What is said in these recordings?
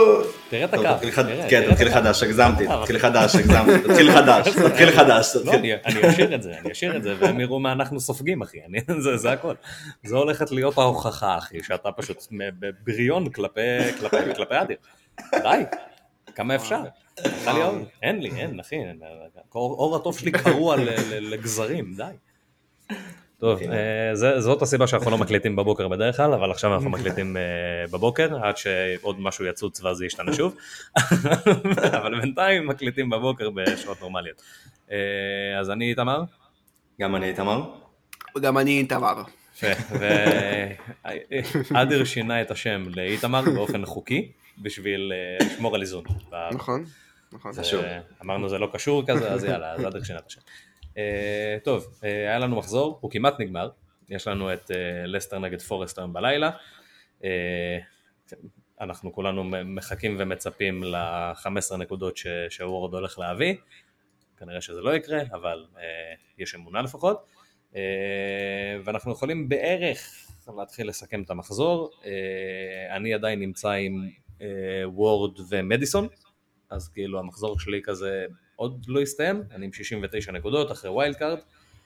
תראה את הקו. כן, תתחיל חדש, הגזמתי, תתחיל חדש. לא, אני אשאיר את זה, והם יראו מה אנחנו סופגים, אחי, זה הכל. זה הולכת להיות ההוכחה, אחי, שאתה פשוט בבריון כלפי אדיר. די, כמה אפשר? אין, אחי, אור הטוב שלי קרוע לגזרים, די. טוב, זאת הסיבה שאנחנו לא מקליטים בבוקר בדרך כלל, אבל עכשיו אנחנו מקליטים בבוקר, עד שעוד משהו יצוץ ואז זה ישתנה שוב, אבל בינתיים מקליטים בבוקר בשעות נורמליות. אז אני איתמר. גם אני איתמר. וגם אני איתמר. ואדיר שינה את השם לאיתמר באופן חוקי, בשביל לשמור על איזון. נכון. אמרנו זה לא קשור כזה, אז יאללה, אז אדיר שינה את השם. טוב, היה לנו מחזור, הוא כמעט נגמר, יש לנו את לסטר נגד פורסט היום בלילה, אנחנו כולנו מחכים ומצפים ל-15 נקודות שהוורד הולך להביא, כנראה שזה לא יקרה, אבל יש אמונה לפחות, ואנחנו יכולים בערך להתחיל לסכם את המחזור, אני עדיין נמצא עם וורד ומדיסון, אז כאילו המחזור שלי כזה עוד לא הסתיים, אני עם 69 נקודות אחרי ווילד קארד,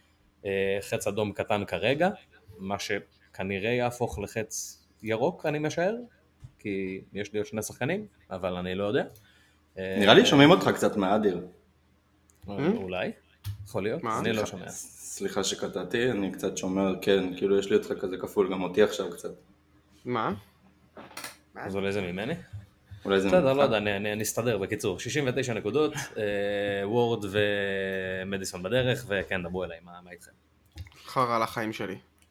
חץ אדום קטן כרגע, מה שכנראה יהפוך לחץ ירוק אני משער, כי יש לי עוד שני שחקנים, אבל אני לא יודע. נראה לי שומעים אותך קצת מהאדיר. אולי, יכול להיות, אני לא שומע. סליחה שקטעתי, אני קצת שומר, כן, כאילו יש לי אותך כזה כפול, גם אותי עכשיו קצת. מה? אז אולי זה ממני? אולי זה בסדר, לא יודע, אני אסתדר בקיצור, 69 נקודות, וורד ומדיסון בדרך, וכן, דברו אליי, מה איתכם? חרא לחיים שלי.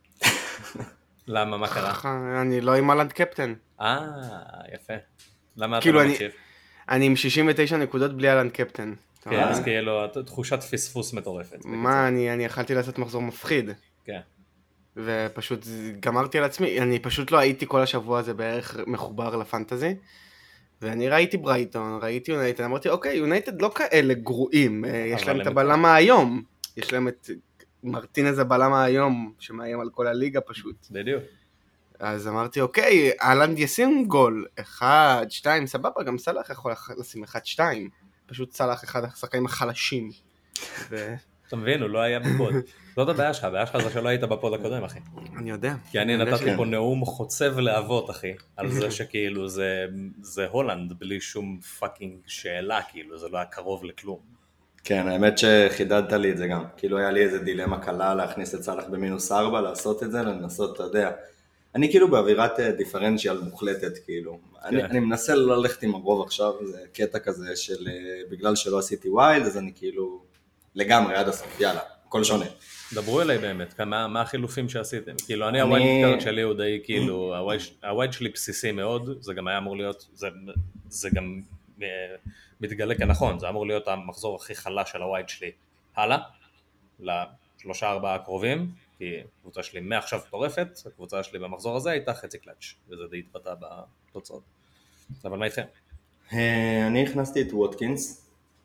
למה, מה קרה? אני לא עם אלנד קפטן. יפה. למה אתה לא מקשיב? אני עם 69 נקודות בלי אלנד קפטן. כן, אז כאילו תחושת פספוס מטורפת. מה, אני יכלתי לעשות מחזור מפחיד. כן. ופשוט גמרתי על עצמי, אני פשוט לא הייתי כל השבוע הזה בערך מחובר לפנטזי. ואני ראיתי ברייטון, ראיתי יונייטד, אמרתי, אוקיי, יונייטד לא כאלה גרועים, יש להם את הבלם היום, יש להם את מרטינז הבלם היום, שמאיים על כל הליגה פשוט. בדיוק. אז אמרתי, אוקיי, אהלנד ישים גול, 1, 2, סבבה, גם סלאח יכול לשים 1, 2, פשוט סלאח אחד השחקנים החלשים. אתה מבין, הוא לא היה בפוד. זאת הבעיה שלך, הבעיה שלך זה שלא היית בפוד הקודם, אחי. אני יודע. כי אני נתתי פה נאום חוצב להבות, אחי, על זה שכאילו זה הולנד בלי שום פאקינג שאלה, כאילו, זה לא היה קרוב לכלום. כן, האמת שחידדת לי את זה גם. כאילו היה לי איזה דילמה קלה להכניס את סלאח ב-4, לעשות את זה, לנסות, אתה יודע. אני כאילו באווירת דיפרנציאל מוחלטת, כאילו. אני מנסה ללכת עם הרוב עכשיו, זה קטע כזה של בגלל שלא עשיתי ווילד, אז אני כאילו לגמרי עד הסוף, יאללה, הכל שונה. דברו אליי באמת, מה החילופים שעשיתם? כאילו, אני הווייד קארד שלי הוא די, כאילו, הווייד שלי בסיסי מאוד, זה גם היה אמור להיות, זה גם מתגלה כנכון, זה אמור להיות המחזור הכי חלש של הווייד שלי. הלאה, ל3-4 הקרובים, כי הקבוצה שלי מעכשיו טורפת, הקבוצה שלי במחזור הזה הייתה חצי קלאץ', וזה די התבטא בתוצאות. אבל מה איתכם? אני הכנסתי את ווטקינס,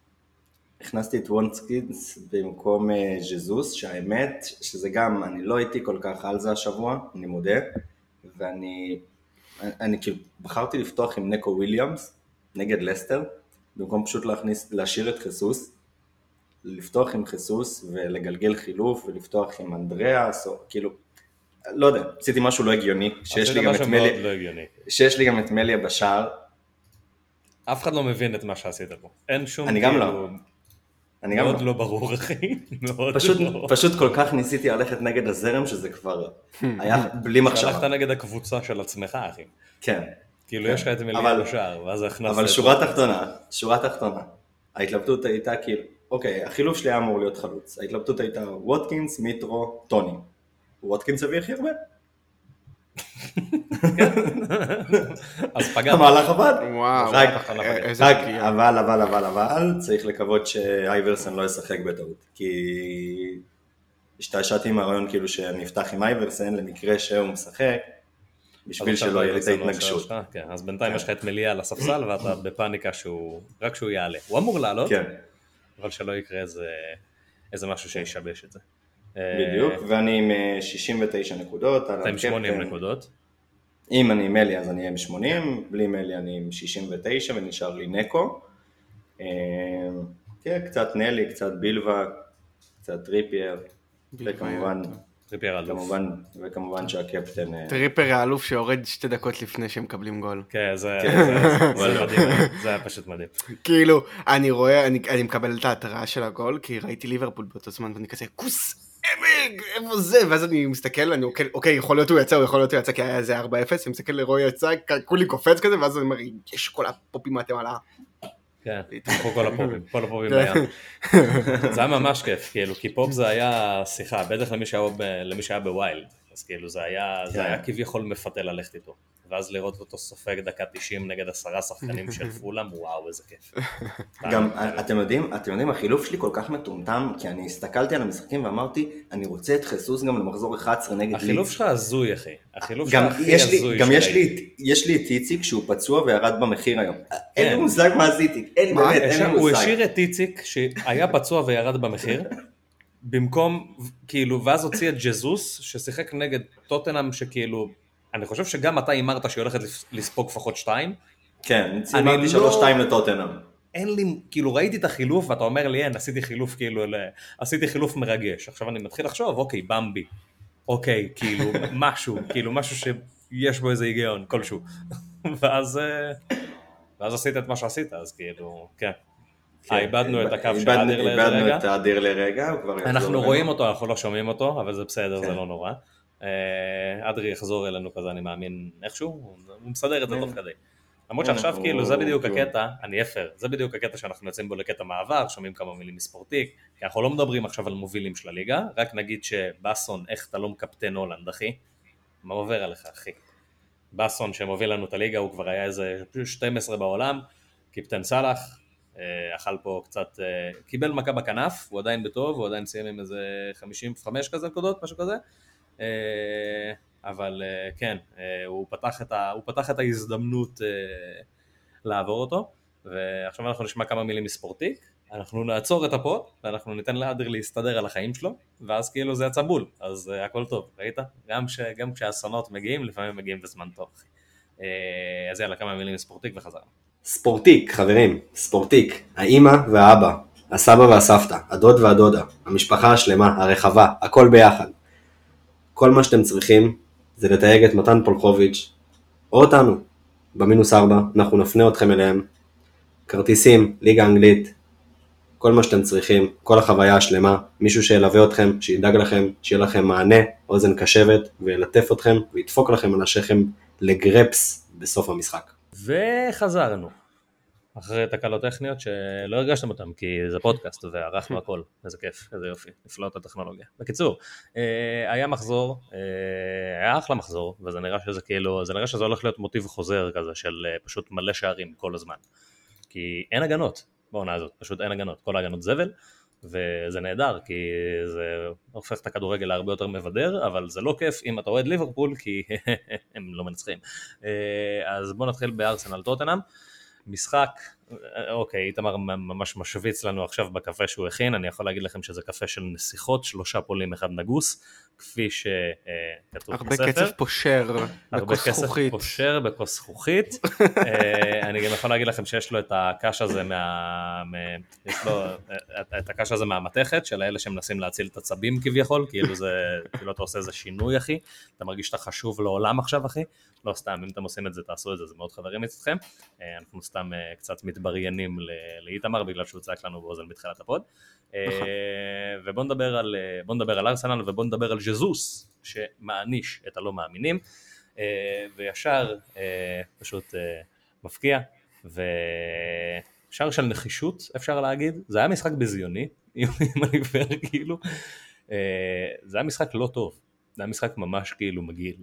במקום ז'זוס, שהאמת שזה גם, אני לא הייתי כל כך על זה השבוע, אני מודה, ואני כאילו בחרתי לפתוח עם נקו וויליאמס נגד לסטר, במקום פשוט להשאיר את חסוס, לפתוח עם חסוס ולגלגל חילוף ולפתוח עם אנדריאס, או כאילו, לא יודע, עשיתי משהו לא הגיוני, שיש לי גם את מליה בשער. אף אחד לא מבין את מה שעשית פה, אין שום אני גם לא. מאוד לא ברור, אחי. פשוט כל כך ניסיתי ללכת נגד הזרם שזה כבר היה בלי מחשבה. שהלכת נגד הקבוצה של עצמך, אחי. כן. כאילו יש לך את מליה בשער, ואז הכנסת... אבל שורה תחתונה, ההתלבטות הייתה כאילו, אוקיי, החילוף שלי היה אמור להיות חלוץ. ההתלבטות הייתה ווטקינס, מיטרו, טוני. ווטקינס הביא הכי הרבה. אז פגעת. המהלך עבד. וואו, אבל צריך לקוות שאייברסן לא ישחק בטעות, כי השתעשעתי עם הרעיון כאילו שאני אפתח עם אייברסן למקרה שהוא משחק, בשביל שלא יהיה לי את ההתנגשות. אז בינתיים יש לך את מליה על הספסל ואתה בפאניקה רק שהוא יעלה. הוא אמור לעלות, אבל שלא יקרה איזה משהו שישבש את זה. בדיוק, ואני עם 69 נקודות. אתה עם 80 נקודות. אם אני עם אלי אז אני אהיה עם 80, בלי מלי אני עם 69 ונשאר לי נקו. כן, קצת נלי, קצת בילבה, קצת טריפייר, וכמובן שהקפטן... טריפר האלוף שיורד 2 דקות לפני שהם מקבלים גול. כן, זה מדהים, זה היה פשוט מדהים. כאילו, אני רואה, אני מקבל את ההתראה של הגול, כי ראיתי ליברפול באותו זמן, ואני כזה, כוס, איפה זה? ואז אני מסתכל, אני אוקיי, יכול להיות הוא יצא, או יכול להיות הוא יצא, כי היה איזה 4-0, אני מסתכל לרועי יצא, כולי קופץ כזה, ואז אני אומר, יש כל הפופים מהתמלה. כן, כל הפופים בים. זה היה ממש כיף, כאילו, כי פופ זה היה שיחה, בטח למי שהיה בוויילד, אז כאילו זה היה כביכול מפתה ללכת איתו, ואז לראות אותו סופג דקה 90 נגד 10 שחקנים של פולאם, וואו, איזה כיף. גם, אתם יודעים, החילוף שלי כל כך מטומטם, כי אני הסתכלתי על המשחקים ואמרתי, אני רוצה את חסוס גם למחזור 11 נגד לידס. החילוף שלך הזוי, אחי. החילוף שלך הכי הזוי. גם יש לי את איציק שהוא פצוע וירד במחיר היום. אין לי מושג מה עשיתי, אין באמת, אין לי מושג. הוא השאיר את איציק שהיה פצוע וירד במחיר, במקום, כאילו, ואז הוציא את ג'זוס, ששיחק נגד טוטנהאם, שכאילו, אני חושב שגם אתה אמרת שהיא הולכת לספוג לפחות 2. כן, אמרתי 3-2 לטוטנהאם. אין לי, כאילו, ראיתי את החילוף, ואתה אומר לי, אין, עשיתי חילוף מרגש. עכשיו אני מתחיל לחשוב, אוקיי, במבי. אוקיי, כאילו, משהו שיש בו איזה היגיון, כלשהו. ואז עשית את מה שעשית, אז כאילו, כן. איבדנו את הקו של אדיר לרגע. איבדנו את האדיר לרגע. אנחנו רואים אותו, אנחנו לא שומעים אותו, אבל זה בסדר, זה לא נורא. אדרי יחזור אלינו כזה, אני מאמין איכשהו, הוא מסדר את זה טוב כדי. למרות שעכשיו כאילו זה בדיוק הקטע, אני אפר, זה בדיוק הקטע שאנחנו יוצאים בו לקטע מעבר, שומעים כמה מילים מספורטיק, כי אנחנו לא מדברים עכשיו על מובילים של הליגה, רק נגיד שבאסון, איך אתה לא מקפטן הולנד, אחי? מה עובר עליך, אחי? באסון שמוביל לנו את הליגה, הוא כבר היה איזה 12 בעולם, קיפטן סלאח, אכל פה קצת, קיבל מכה בכנף, הוא עדיין בטוב, הוא עדיין סיים עם איזה 55 כזה נקודות, משהו כזה, אבל כן, הוא פתח את ההזדמנות לעבור אותו, ועכשיו אנחנו נשמע כמה מילים מספורטיק, אנחנו נעצור את הפוד, ואנחנו ניתן לאדר להסתדר על החיים שלו, ואז כאילו זה יצא בול, אז הכל טוב, ראית? גם כשהאסונות מגיעים, לפעמים מגיעים בזמן טוב. אז יאללה, כמה מילים מספורטיק וחזרנו. ספורטיק, חברים, ספורטיק, האמא והאבא, הסבא והסבתא, הדוד והדודה, המשפחה השלמה, הרחבה, הכל ביחד. כל מה שאתם צריכים זה לתייג את מתן פולחוביץ' או אותנו ב-4, אנחנו נפנה אתכם אליהם, כרטיסים, ליגה אנגלית, כל מה שאתם צריכים, כל החוויה השלמה, מישהו שילווה אתכם, שידאג לכם, שיהיה לכם מענה, אוזן קשבת, וילטף אתכם וידפוק לכם על השכם לגרפס בסוף המשחק. וחזרנו, אחרי תקלות טכניות שלא הרגשתם אותם, כי זה פודקאסט וערכנו הכל, איזה כיף, איזה יופי, נפלאות הטכנולוגיה. בקיצור, היה מחזור, היה אחלה מחזור, וזה נראה שזה כאילו, זה נראה שזה הולך להיות מוטיב חוזר כזה, של פשוט מלא שערים כל הזמן, כי אין הגנות בעונה הזאת, פשוט אין הגנות, כל ההגנות זבל, וזה נהדר, כי זה הופך את הכדורגל להרבה יותר מבדר, אבל זה לא כיף אם אתה אוהד ליברפול, כי הם לא מנצחים. אז בואו נתחיל בארסנל טוטנהאם, משחק, אוקיי, איתמר ממש משוויץ לנו עכשיו בקפה שהוא הכין, אני יכול להגיד לכם שזה קפה של נסיכות, 3 פולים, 1 נגוס, כפי שכתוב בספר. הרבה כסף פושר בכוס זכוכית. הרבה כסף פושר בכוס זכוכית. אני גם יכול להגיד לכם שיש לו את הקש הזה יש לו את הקש הזה מהמתכת, של האלה שמנסים להציל את הצבים כביכול, כאילו אתה עושה איזה שינוי, אחי, אתה מרגיש שאתה חשוב לעולם עכשיו, אחי, לא סתם, אם אתם עושים את זה, תעשו את זה, זה מאוד חברים אצלכם, אנחנו סתם קצת מתבריינים לאיתמר, בגלל שהוא צעק לנו באוזן בתחילת הפוד, ובוא נדבר על ארסנל, ובוא נדבר על ז'זוס, שמעניש את הלא מאמינים, וישר פשוט מפקיע, ושאר של נחישות, אפשר להגיד, זה היה משחק בזיוני, אם אני כבר כאילו, זה היה משחק לא טוב, זה היה משחק ממש כאילו מגעיל.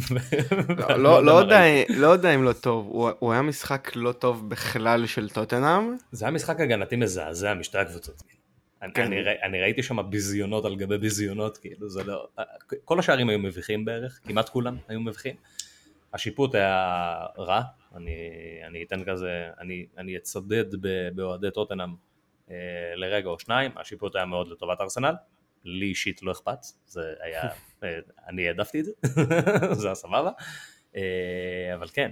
לא יודע אם לא טוב, הוא היה משחק לא טוב בכלל של טוטנהאם. זה היה משחק הגנתי מזעזע משתי הקבוצות. אני ראיתי שם ביזיונות על גבי ביזיונות, כאילו זה לא, כל השערים היו מביכים בערך, כמעט כולם היו מביכים. השיפוט היה רע, אני אתן כזה, אני אצדד באוהדי טוטנהאם לרגע או שניים, השיפוט היה מאוד לטובת ארסנל, לי אישית לא אכפת, זה היה, אני העדפתי את זה, זה היה סבבה. אבל כן,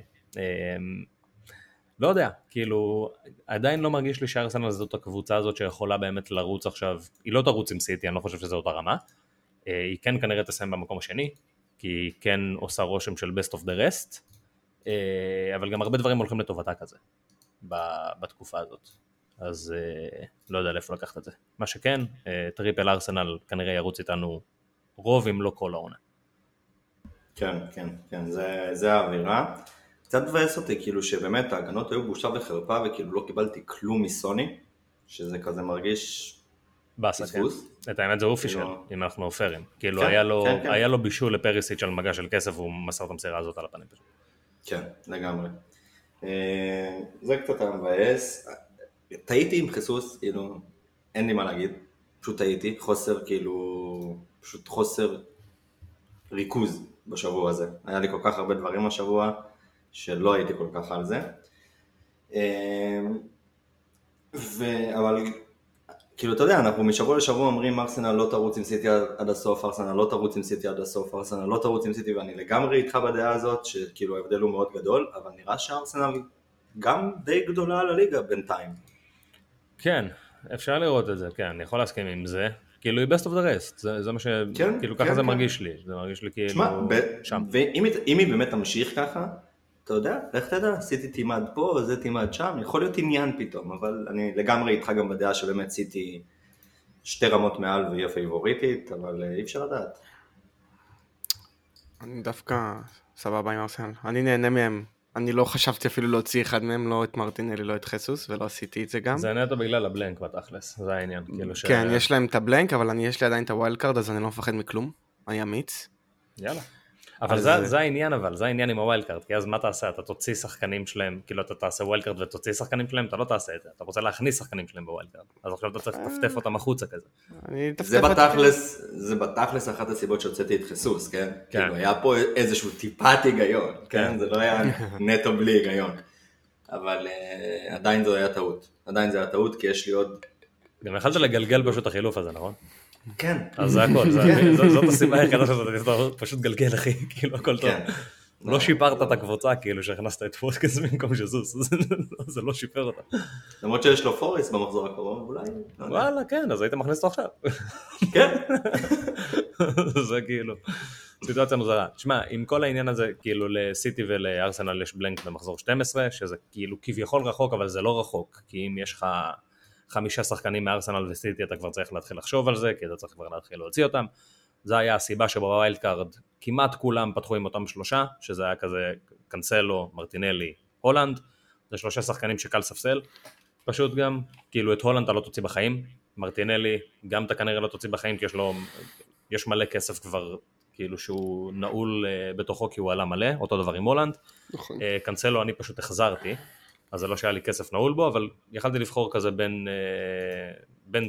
לא יודע, כאילו, עדיין לא מרגיש לי שארסנל זאת הקבוצה הזאת שיכולה באמת לרוץ עכשיו, היא לא תרוץ עם סיטי, אני לא חושב שזו אותה רמה, היא כן כנראה תסיים במקום השני, כי היא כן עושה רושם של best of the rest, אבל גם הרבה דברים הולכים לטובתה כזה, בתקופה הזאת, אז לא יודע לאיפה לקחת את זה. מה שכן, טריפל ארסנל כנראה ירוץ איתנו רוב אם לא כל העונה. כן, כן, כן, זה האווירה. קצת מבאס אותי, כאילו שבאמת ההגנות היו בושה וחרפה, וכאילו לא קיבלתי כלום מסוני, שזה כזה מרגיש בסה, כן. את האמת זה אופי של, אם אנחנו אופרים. כאילו כן, היה לו בישול לפריסיץ' על מגע של כסף, והוא מסר את המסירה הזאת על הפנים פשוט. כן, לגמרי. זה קצת המבאס. טעיתי עם חיסוס, כאילו, אין לי מה להגיד. פשוט טעיתי, פשוט חוסר ריכוז בשבוע הזה. היה לי כל כך הרבה דברים השבוע, שלא הייתי כל כך על זה. אבל כאילו אתה יודע, אנחנו משבוע לשבוע אומרים ארסנל לא תרוץ עם סיטי עד הסוף, ארסנל לא תרוץ עם סיטי עד הסוף, ארסנל לא תרוץ עם סיטי, ואני לגמרי איתך בדעה הזאת, שכאילו ההבדל הוא מאוד גדול, אבל נראה שארסנל גם די גדולה על הליגה בינתיים. כן, אפשר לראות את זה, כן, אני יכול להסכים עם זה, כאילו היא best of the rest, זה מה ש... כאילו ככה זה מרגיש לי, זה מרגיש לי כאילו שם. ואם היא באמת תמשיך ככה, אתה יודע, לך תדע, סיטי תימד פה, זה תימד שם, יכול להיות עניין פתאום, אבל אני לגמרי איתך גם בדעה שבאמת סיטי 2 רמות מעל והיא הפייבוריטית, אבל אי אפשר לדעת. אני דווקא סבבה עם ארסנל, אני נהנה מהם, אני לא חשבתי אפילו להוציא אחד מהם, לא את מרטינלי, לא את חיסוס, ולא עשיתי את זה גם. זה נטו בגלל הבלנק בתכלס, זה העניין. כן, יש להם את הבלנק, אבל יש לי עדיין את הווילד קארד, אז אני לא מפחד מכלום, אני אמיץ. יאללה. אבל זה העניין זה העניין עם הווילד קארד, כי אז מה תעשה? אתה תוציא שחקנים שלהם, כאילו אתה תעשה ווילד קארד ותוציא שחקנים שלהם, אתה לא תעשה את זה, אתה רוצה להכניס שחקנים שלהם בווילד קארד, אז עכשיו אתה צריך לטפטף אותם החוצה כזה. זה בתכלס אחת הסיבות שהוצאתי את חיסוס, כן? כאילו היה פה איזשהו טיפת היגיון, כן? זה לא היה נטו בלי היגיון, אבל עדיין זה היה טעות, כי יש לי עוד... גם יכלת לגלגל פשוט החילוף הזה, נכון? כן. אז זה הכל, זאת הסיבה היחידה שאתה פשוט גלגל אחי, כאילו הכל טוב. לא שיפרת את הקבוצה כאילו שהכנסת את פודקאסט במקום שזוס, זה לא שיפר אותה. למרות שיש לו פוריס במחזור הקרוב, אולי. וואלה, כן, אז היית מכניס אותו עכשיו. כן. זה כאילו, סיטואציה מוזרה. תשמע, עם כל העניין הזה, כאילו לסיטי ולארסנל יש בלנק במחזור 12, שזה כאילו כביכול רחוק, אבל זה לא רחוק, כי אם יש לך 5 שחקנים מארסנל וסיטי, אתה כבר צריך להתחיל לחשוב על זה, כי אתה צריך כבר להתחיל להוציא אותם. זה היה הסיבה שבווילד קארד כמעט כולם פתחו עם אותם 3, שזה היה כזה קנסלו, מרטינלי, הולנד, זה 3 שחקנים שקל ספסל, פשוט גם, כאילו את הולנד אתה לא תוציא בחיים, מרטינלי גם אתה כנראה לא תוציא בחיים, כי יש מלא כסף כבר, כאילו שהוא נעול בתוכו, כי הוא עלה מלא, אותו דבר עם הולנד, קנסלו אני פשוט החזרתי, אז זה לא שהיה לי כסף נעול בו, אבל יכלתי לבחור כזה בין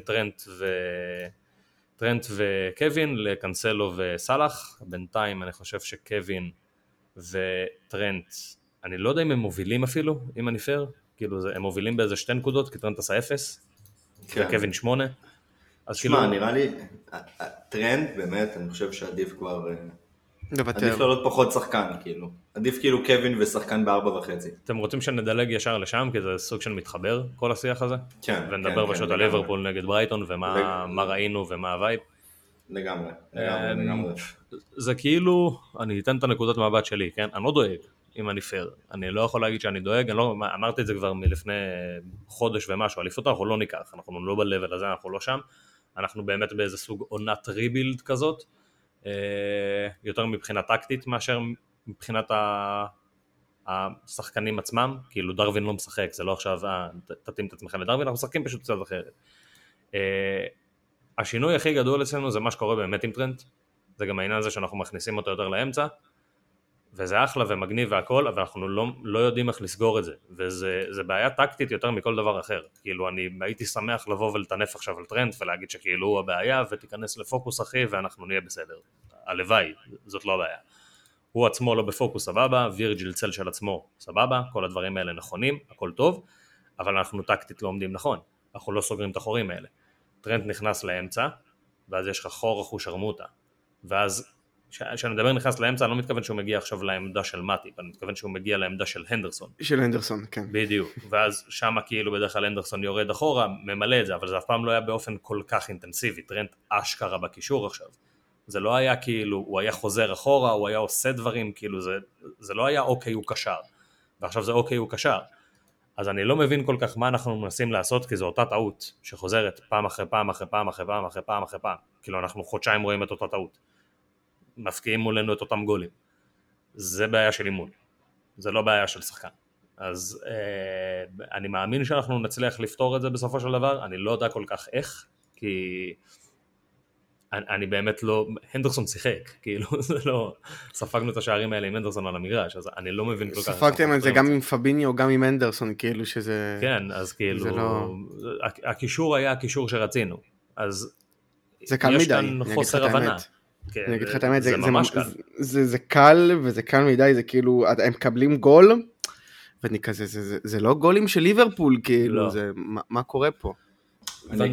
טרנט וקווין לקנסלו וסלח. בינתיים אני חושב שקווין וטרנט, אני לא יודע אם הם מובילים אפילו, אם אני פייר, כאילו הם מובילים באיזה 2 נקודות, כי טרנט עשה 0, וקווין 8. שמע, נראה לי, טרנט באמת, אני חושב שעדיף כבר... עדיף לעלות פחות שחקן, כאילו. עדיף כאילו קווין ושחקן ב4.5. אתם רוצים שנדלג ישר לשם, כי זה סוג של מתחבר, כל השיח הזה? כן. ונדבר פשוט על ליברפול נגד ברייטון, ומה ראינו ומה הווייב? לגמרי. זה כאילו, אני אתן את הנקודת מבט שלי, כן? אני לא דואג, אם אני פייר. אני לא יכול להגיד שאני דואג, אמרתי את זה כבר מלפני חודש ומשהו, אליפות אנחנו לא ניקח, אנחנו לא בלבל הזה, אנחנו לא שם. אנחנו באמת באיזה סוג עונת ריבילד כזאת, יותר מבחינה טקטית מאשר מבחינת השחקנים עצמם, כאילו דרווין לא משחק, זה לא עכשיו תתאים את עצמכם לדרווין, אנחנו משחקים פשוט קצת אחרת. השינוי הכי גדול אצלנו זה מה שקורה באמת עם טרנט, זה גם העניין הזה שאנחנו מכניסים אותו יותר לאמצע, וזה אחלה ומגניב והכל, אבל אנחנו לא יודעים איך לסגור את זה, וזה בעיה טקטית יותר מכל דבר אחר, כאילו אני הייתי שמח לבוא ולטנף עכשיו על טרנט ולהגיד שכאילו הוא הבעיה ותיכנס לפוקוס אחי ואנחנו נהיה בסדר, הלוואי, זאת לא הבעיה. הוא עצמו לא בפוקוס סבבה, וירג'יל צל של עצמו סבבה, כל הדברים האלה נכונים, הכל טוב, אבל אנחנו טקטית לא עומדים נכון, אנחנו לא סוגרים את החורים האלה. טרנט נכנס לאמצע, ואז יש לך חור אחו שרמוטה, ואז כשאני מדבר נכנס לאמצע, אני לא מתכוון שהוא מגיע עכשיו לעמדה של מטיפ, אני מתכוון שהוא מגיע לעמדה של הנדרסון. של הנדרסון, כן. בדיוק, ואז שמה כאילו בדרך כלל הנדרסון יורד אחורה, ממלא את זה, אבל זה אף פעם לא היה באופן כל כך אינטנסיבי, טרנט אשכרה בקישור עכשיו. זה לא היה כאילו, הוא היה חוזר אחורה, הוא היה עושה דברים, כאילו זה לא היה אוקיי הוא קשר, ועכשיו זה אוקיי הוא קשר. אז אני לא מבין כל כך מה אנחנו מנסים לעשות, כי זו אותה טעות שחוזרת פעם אחרי פעם אחרי פעם אחרי פעם אחרי פעם אחרי פעם. כאילו אנחנו חודשיים רואים את אותה טעות. מפקיעים מולנו את אותם גולים. זה בעיה של אימון. זה לא בעיה של שחקן. אז אני מאמין שאנחנו נצליח לפתור את זה בסופו של דבר. אני לא יודע כל כך איך, כי אני באמת לא, הנדרסון שיחק, כאילו זה לא, ספגנו את השערים האלה עם הנדרסון על המגרש, אז אני לא מבין כל כך. ספגתם את זה גם עם פביניו, גם עם הנדרסון, כאילו שזה... כן, אז כאילו, לא... הקישור היה הקישור שרצינו, אז זה קל מדי, אני אגיד לך את האמת. אני אגיד לך את האמת, זה ממש קל. זה קל, וזה קל מדי, זה כאילו, הם מקבלים גול, ואני כזה, זה לא גולים של ליברפול, כאילו, מה קורה פה? אני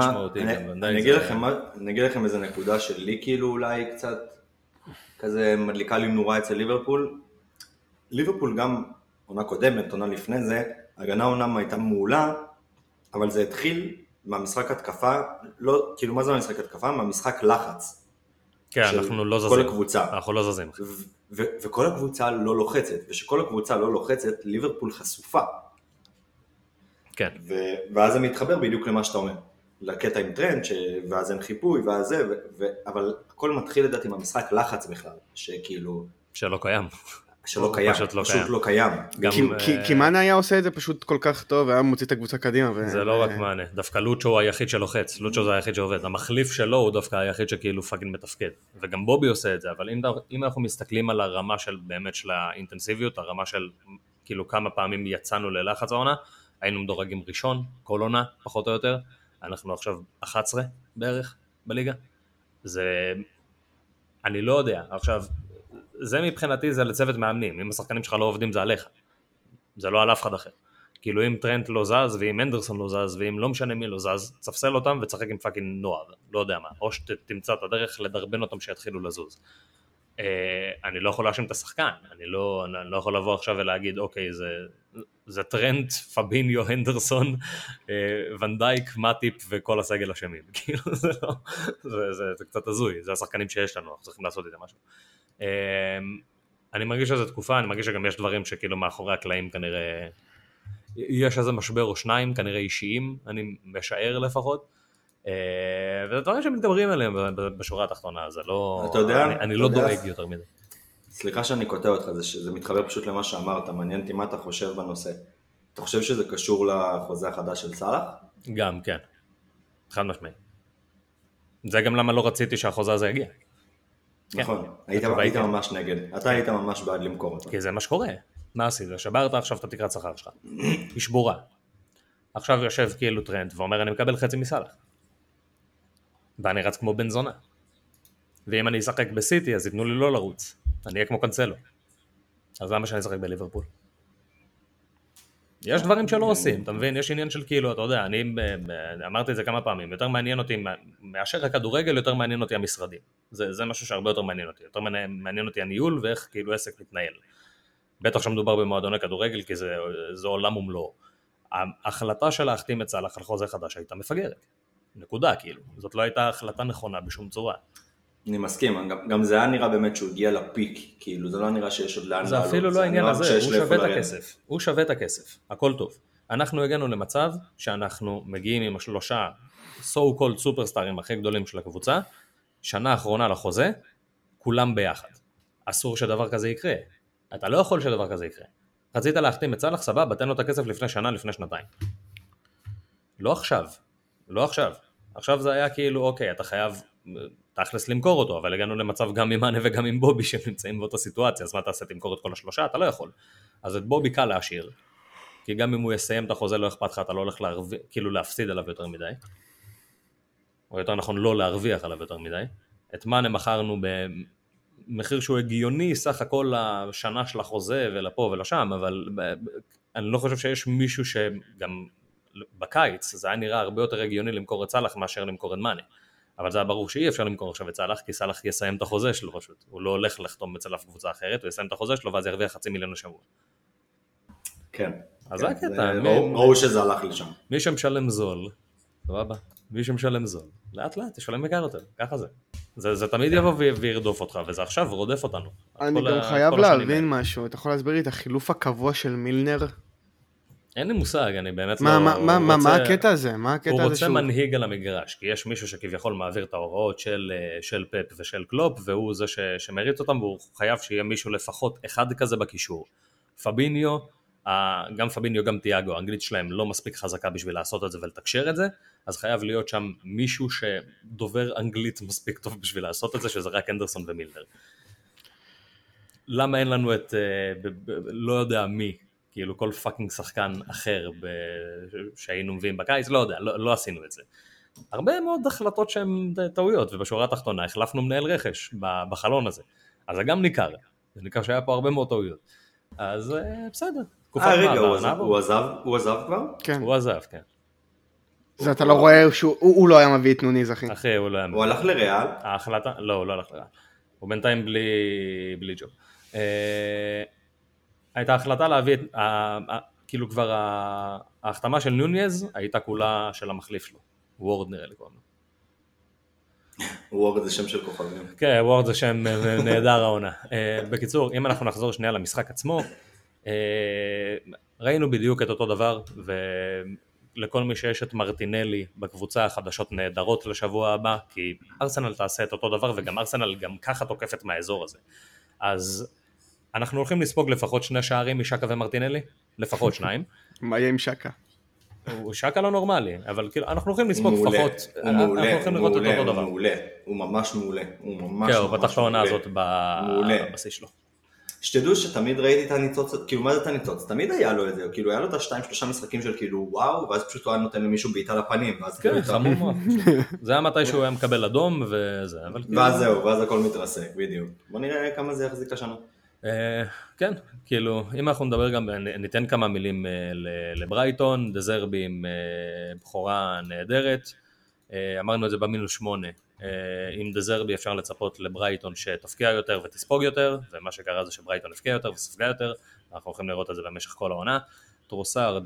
אגיד לכם איזה נקודה שלי כאילו אולי קצת כזה מדליקה לי נורה אצל ליברפול. ליברפול גם עונה קודמת, עונה לפני זה, הגנה עונה הייתה מעולה, אבל זה התחיל מהמשחק התקפה, לא, כאילו מה זה מהמשחק התקפה? מהמשחק לחץ. כן, אנחנו לא זזים. כל הקבוצה. אנחנו לא זזים. וכל הקבוצה לא לוחצת, ושכל הקבוצה לא לוחצת, ליברפול חשופה. כן. ואז זה מתחבר בדיוק למה שאתה אומר. לקטע עם טרנד, ואז אין חיפוי, ואז זה, אבל הכל מתחיל לדעת עם המשחק לחץ בכלל, שכאילו... שלא קיים. שלא קיים, פשוט לא קיים. כי מאנה היה עושה את זה פשוט כל כך טוב, והיה מוציא את הקבוצה קדימה. זה לא רק מאנה, דווקא לוצ'ו הוא היחיד שלוחץ, לוצ'ו זה היחיד שעובד, המחליף שלו הוא דווקא היחיד שכאילו פאקינג מתפקד, וגם בובי עושה את זה, אבל אם אנחנו מסתכלים על הרמה של באמת של האינטנסיביות, הרמה של כאילו כמה פעמים יצאנו ללחץ העונה, היינו מדורגים ראשון, כל עונה, פחות או יותר, אנחנו עכשיו 11 בערך בליגה, זה, אני לא יודע, עכשיו, זה מבחינתי זה לצוות מאמנים, אם השחקנים שלך לא עובדים זה עליך, זה לא על אף אחד אחר, כאילו אם טרנט לא זז, ואם אנדרסון לא זז, ואם לא משנה מי לא זז, צפסל אותם וצחק עם פאקינג נוער, לא יודע מה, או שתמצא את הדרך לדרבן אותם שיתחילו לזוז. אני לא יכול להאשים את השחקן, אני לא יכול לבוא עכשיו ולהגיד, אוקיי, זה טרנט, פביניו, הנדרסון, ונדייק, מטיפ וכל הסגל השמים, כאילו זה לא, זה קצת הזוי, זה השחקנים שיש לנו, אנחנו צריכים לעשות איזה משהו. אני מרגיש שזו תקופה, אני מרגיש שגם יש דברים שכאילו מאחורי הקלעים כנראה, יש איזה משבר או שניים, כנראה אישיים, אני משער לפחות, וזה דברים שמתגברים עליהם בשורה התחתונה, זה לא, אני לא דואג יותר מזה. סליחה שאני קוטע אותך, זה מתחבר פשוט למה שאמרת, מעניין אותי מה אתה חושב בנושא. אתה חושב שזה קשור לחוזה החדש של סלאח? גם, כן. חד משמעי. זה גם למה לא רציתי שהחוזה הזה יגיע. נכון, היית ממש נגד. אתה היית ממש בעד למכור אותו. כי זה מה שקורה. מה עשית? שברת עכשיו את התקרת שכר שלך. היא שבורה. עכשיו יושב כאילו טרנד ואומר אני מקבל חצי מסלאח. ואני רץ כמו בן זונה. ואם אני אשחק בסיטי אז ייתנו לי לא לרוץ. אני אהיה כמו קנסלו. אז למה שאני אשחק בליברפול? יש דברים שלא עושים, אתה מבין? יש עניין של כאילו, אתה יודע, אני אמרתי את זה כמה פעמים, יותר מעניין אותי, מאשר הכדורגל, יותר מעניין אותי המשרדים. זה משהו שהרבה יותר מעניין אותי. יותר מעניין אותי הניהול ואיך כאילו עסק מתנהל. בטח שמדובר במועדוני כדורגל, כי זה עולם ומלואו. ההחלטה של להחתים את סלאח על חוזה חדש הייתה מפגרת. נקודה, כאילו. זאת לא הייתה החלטה נכונה בשום צורה. אני מסכים, גם זה היה נראה באמת שהוא הגיע לפיק, כאילו זה לא נראה שיש עוד לאן לעלות. זה אפילו לא העניין הזה, הוא שווה את הכסף, הוא שווה את הכסף, הכל טוב. אנחנו הגענו למצב שאנחנו מגיעים עם השלושה so called סופרסטארים הכי גדולים של הקבוצה, שנה אחרונה לחוזה, כולם ביחד. אסור שדבר כזה יקרה, אתה לא יכול שדבר כזה יקרה. רצית להחתים את סלאח, סבבה, תן לו את הכסף לפני שנה, לפני שנתיים. לא עכשיו, לא עכשיו. עכשיו זה היה כאילו, אוקיי, אתה חייב תכלס למכור אותו, אבל הגענו למצב גם עם מאנה וגם עם בובי שנמצאים באותה סיטואציה, אז מה תעשה, תמכור את כל השלושה? אתה לא יכול. אז את בובי קל להשאיר, כי גם אם הוא יסיים את החוזה לא אכפת לך, אתה לא הולך כאילו להפסיד עליו יותר מדי, או יותר נכון לא להרוויח עליו יותר מדי. את מאנה מכרנו במחיר שהוא הגיוני, סך הכל השנה של החוזה ולפה ולשם, אבל אני לא חושב שיש מישהו שגם בקיץ, זה היה נראה הרבה יותר הגיוני למכור את סלאח מאשר למכור את מאנה. אבל זה היה ברור שאי אפשר למכור עכשיו את סלאח, כי סלאח יסיים את החוזה שלו פשוט, הוא לא הולך לחתום אצל אף קבוצה אחרת, הוא יסיים את החוזה שלו ואז ירוויח 500,000 לשבוע. כן. אז זה הקטע, ראו שזה הלך לשם. מי שמשלם זול, סבבה, מי שמשלם זול, לאט לאט תשלם יקר יותר, ככה זה. זה תמיד יבוא וירדוף אותך, וזה עכשיו רודף אותנו. אני גם חייב להבין משהו, אתה יכול להסביר לי את החילוף הקבוע של מילנר? אין לי מושג, אני באמת לא... מה הקטע הזה? הוא רוצה מנהיג על המגרש, כי יש מישהו שכביכול מעביר את ההוראות של פפ ושל קלופ, והוא זה שמריץ אותם, והוא חייב שיהיה מישהו לפחות אחד כזה בקישור. פביניו, גם פביניו, גם תיאגו, האנגלית שלהם לא מספיק חזקה בשביל לעשות את זה ולתקשר את זה, אז חייב להיות שם מישהו שדובר אנגלית מספיק טוב בשביל לעשות את זה, שזה רק אנדרסון ומילנר. למה אין לנו את, לא יודע מי, כאילו כל פאקינג שחקן אחר שהיינו מביאים בקיץ, לא יודע, לא עשינו את זה. הרבה מאוד החלטות שהן טעויות, ובשורה התחתונה החלפנו מנהל רכש בחלון הזה. אז זה גם ניכר, זה ניכר שהיה פה הרבה מאוד טעויות. אז בסדר. רגע, הוא עזב כבר? כן. הוא עזב, כן. זה אתה לא רואה שהוא לא היה מביא את נוניז, אחי. אחי, הוא לא היה מביא. הוא הלך לריאל? ההחלטה, לא, הוא לא הלך לריאל. הוא בינתיים בלי ג'וב. הייתה החלטה להביא, כאילו כבר ההחתמה של נוניז הייתה כולה של המחליף שלו. וורד נראה לי קוראים לו. וורד זה שם של כוכבים. כן, וורד זה שם נהדר העונה. בקיצור, אם אנחנו נחזור שנייה למשחק עצמו, ראינו בדיוק את אותו דבר, ולכל מי שיש את מרטינלי בקבוצה, החדשות נהדרות לשבוע הבא, כי ארסנל תעשה את אותו דבר, וגם ארסנל גם ככה תוקפת מהאזור הזה. אז אנחנו הולכים לספוג לפחות 2 שערים משקה ומרטינלי, לפחות 2. מה יהיה עם שקה? הוא שקה לא נורמלי, אבל כאילו אנחנו הולכים לספוג לפחות, אנחנו הולכים לראות את אותו דבר. הוא ממש מעולה, הוא ממש כן, הוא פתח את העונה הזאת בשיא שלו. שתדעו שתמיד ראיתי את הניצוץ, כאילו מה זה את הניצוץ? תמיד היה לו את זה, כאילו היה לו את 2-3 משחקים של כאילו וואו, ואז פשוט הוא היה נותן למישהו בעיטה לפנים, כן, חמור מאוד. זה היה מתי שהוא היה מקבל אדום וזה, ואז זהו, ואז הכל מתרסק, בדיוק. בוא נראה כמה זה יחזיק השנה. כן, כאילו, אם אנחנו נדבר גם, ניתן כמה מילים לברייטון, דזרבי עם בחורה נהדרת, אמרנו את זה ב-8, עם דזרבי אפשר לצפות לברייטון שתפקיע יותר ותספוג יותר, ומה שקרה זה שברייטון הפקיע יותר וספגה יותר, אנחנו הולכים לראות את זה במשך כל העונה. טרוסארד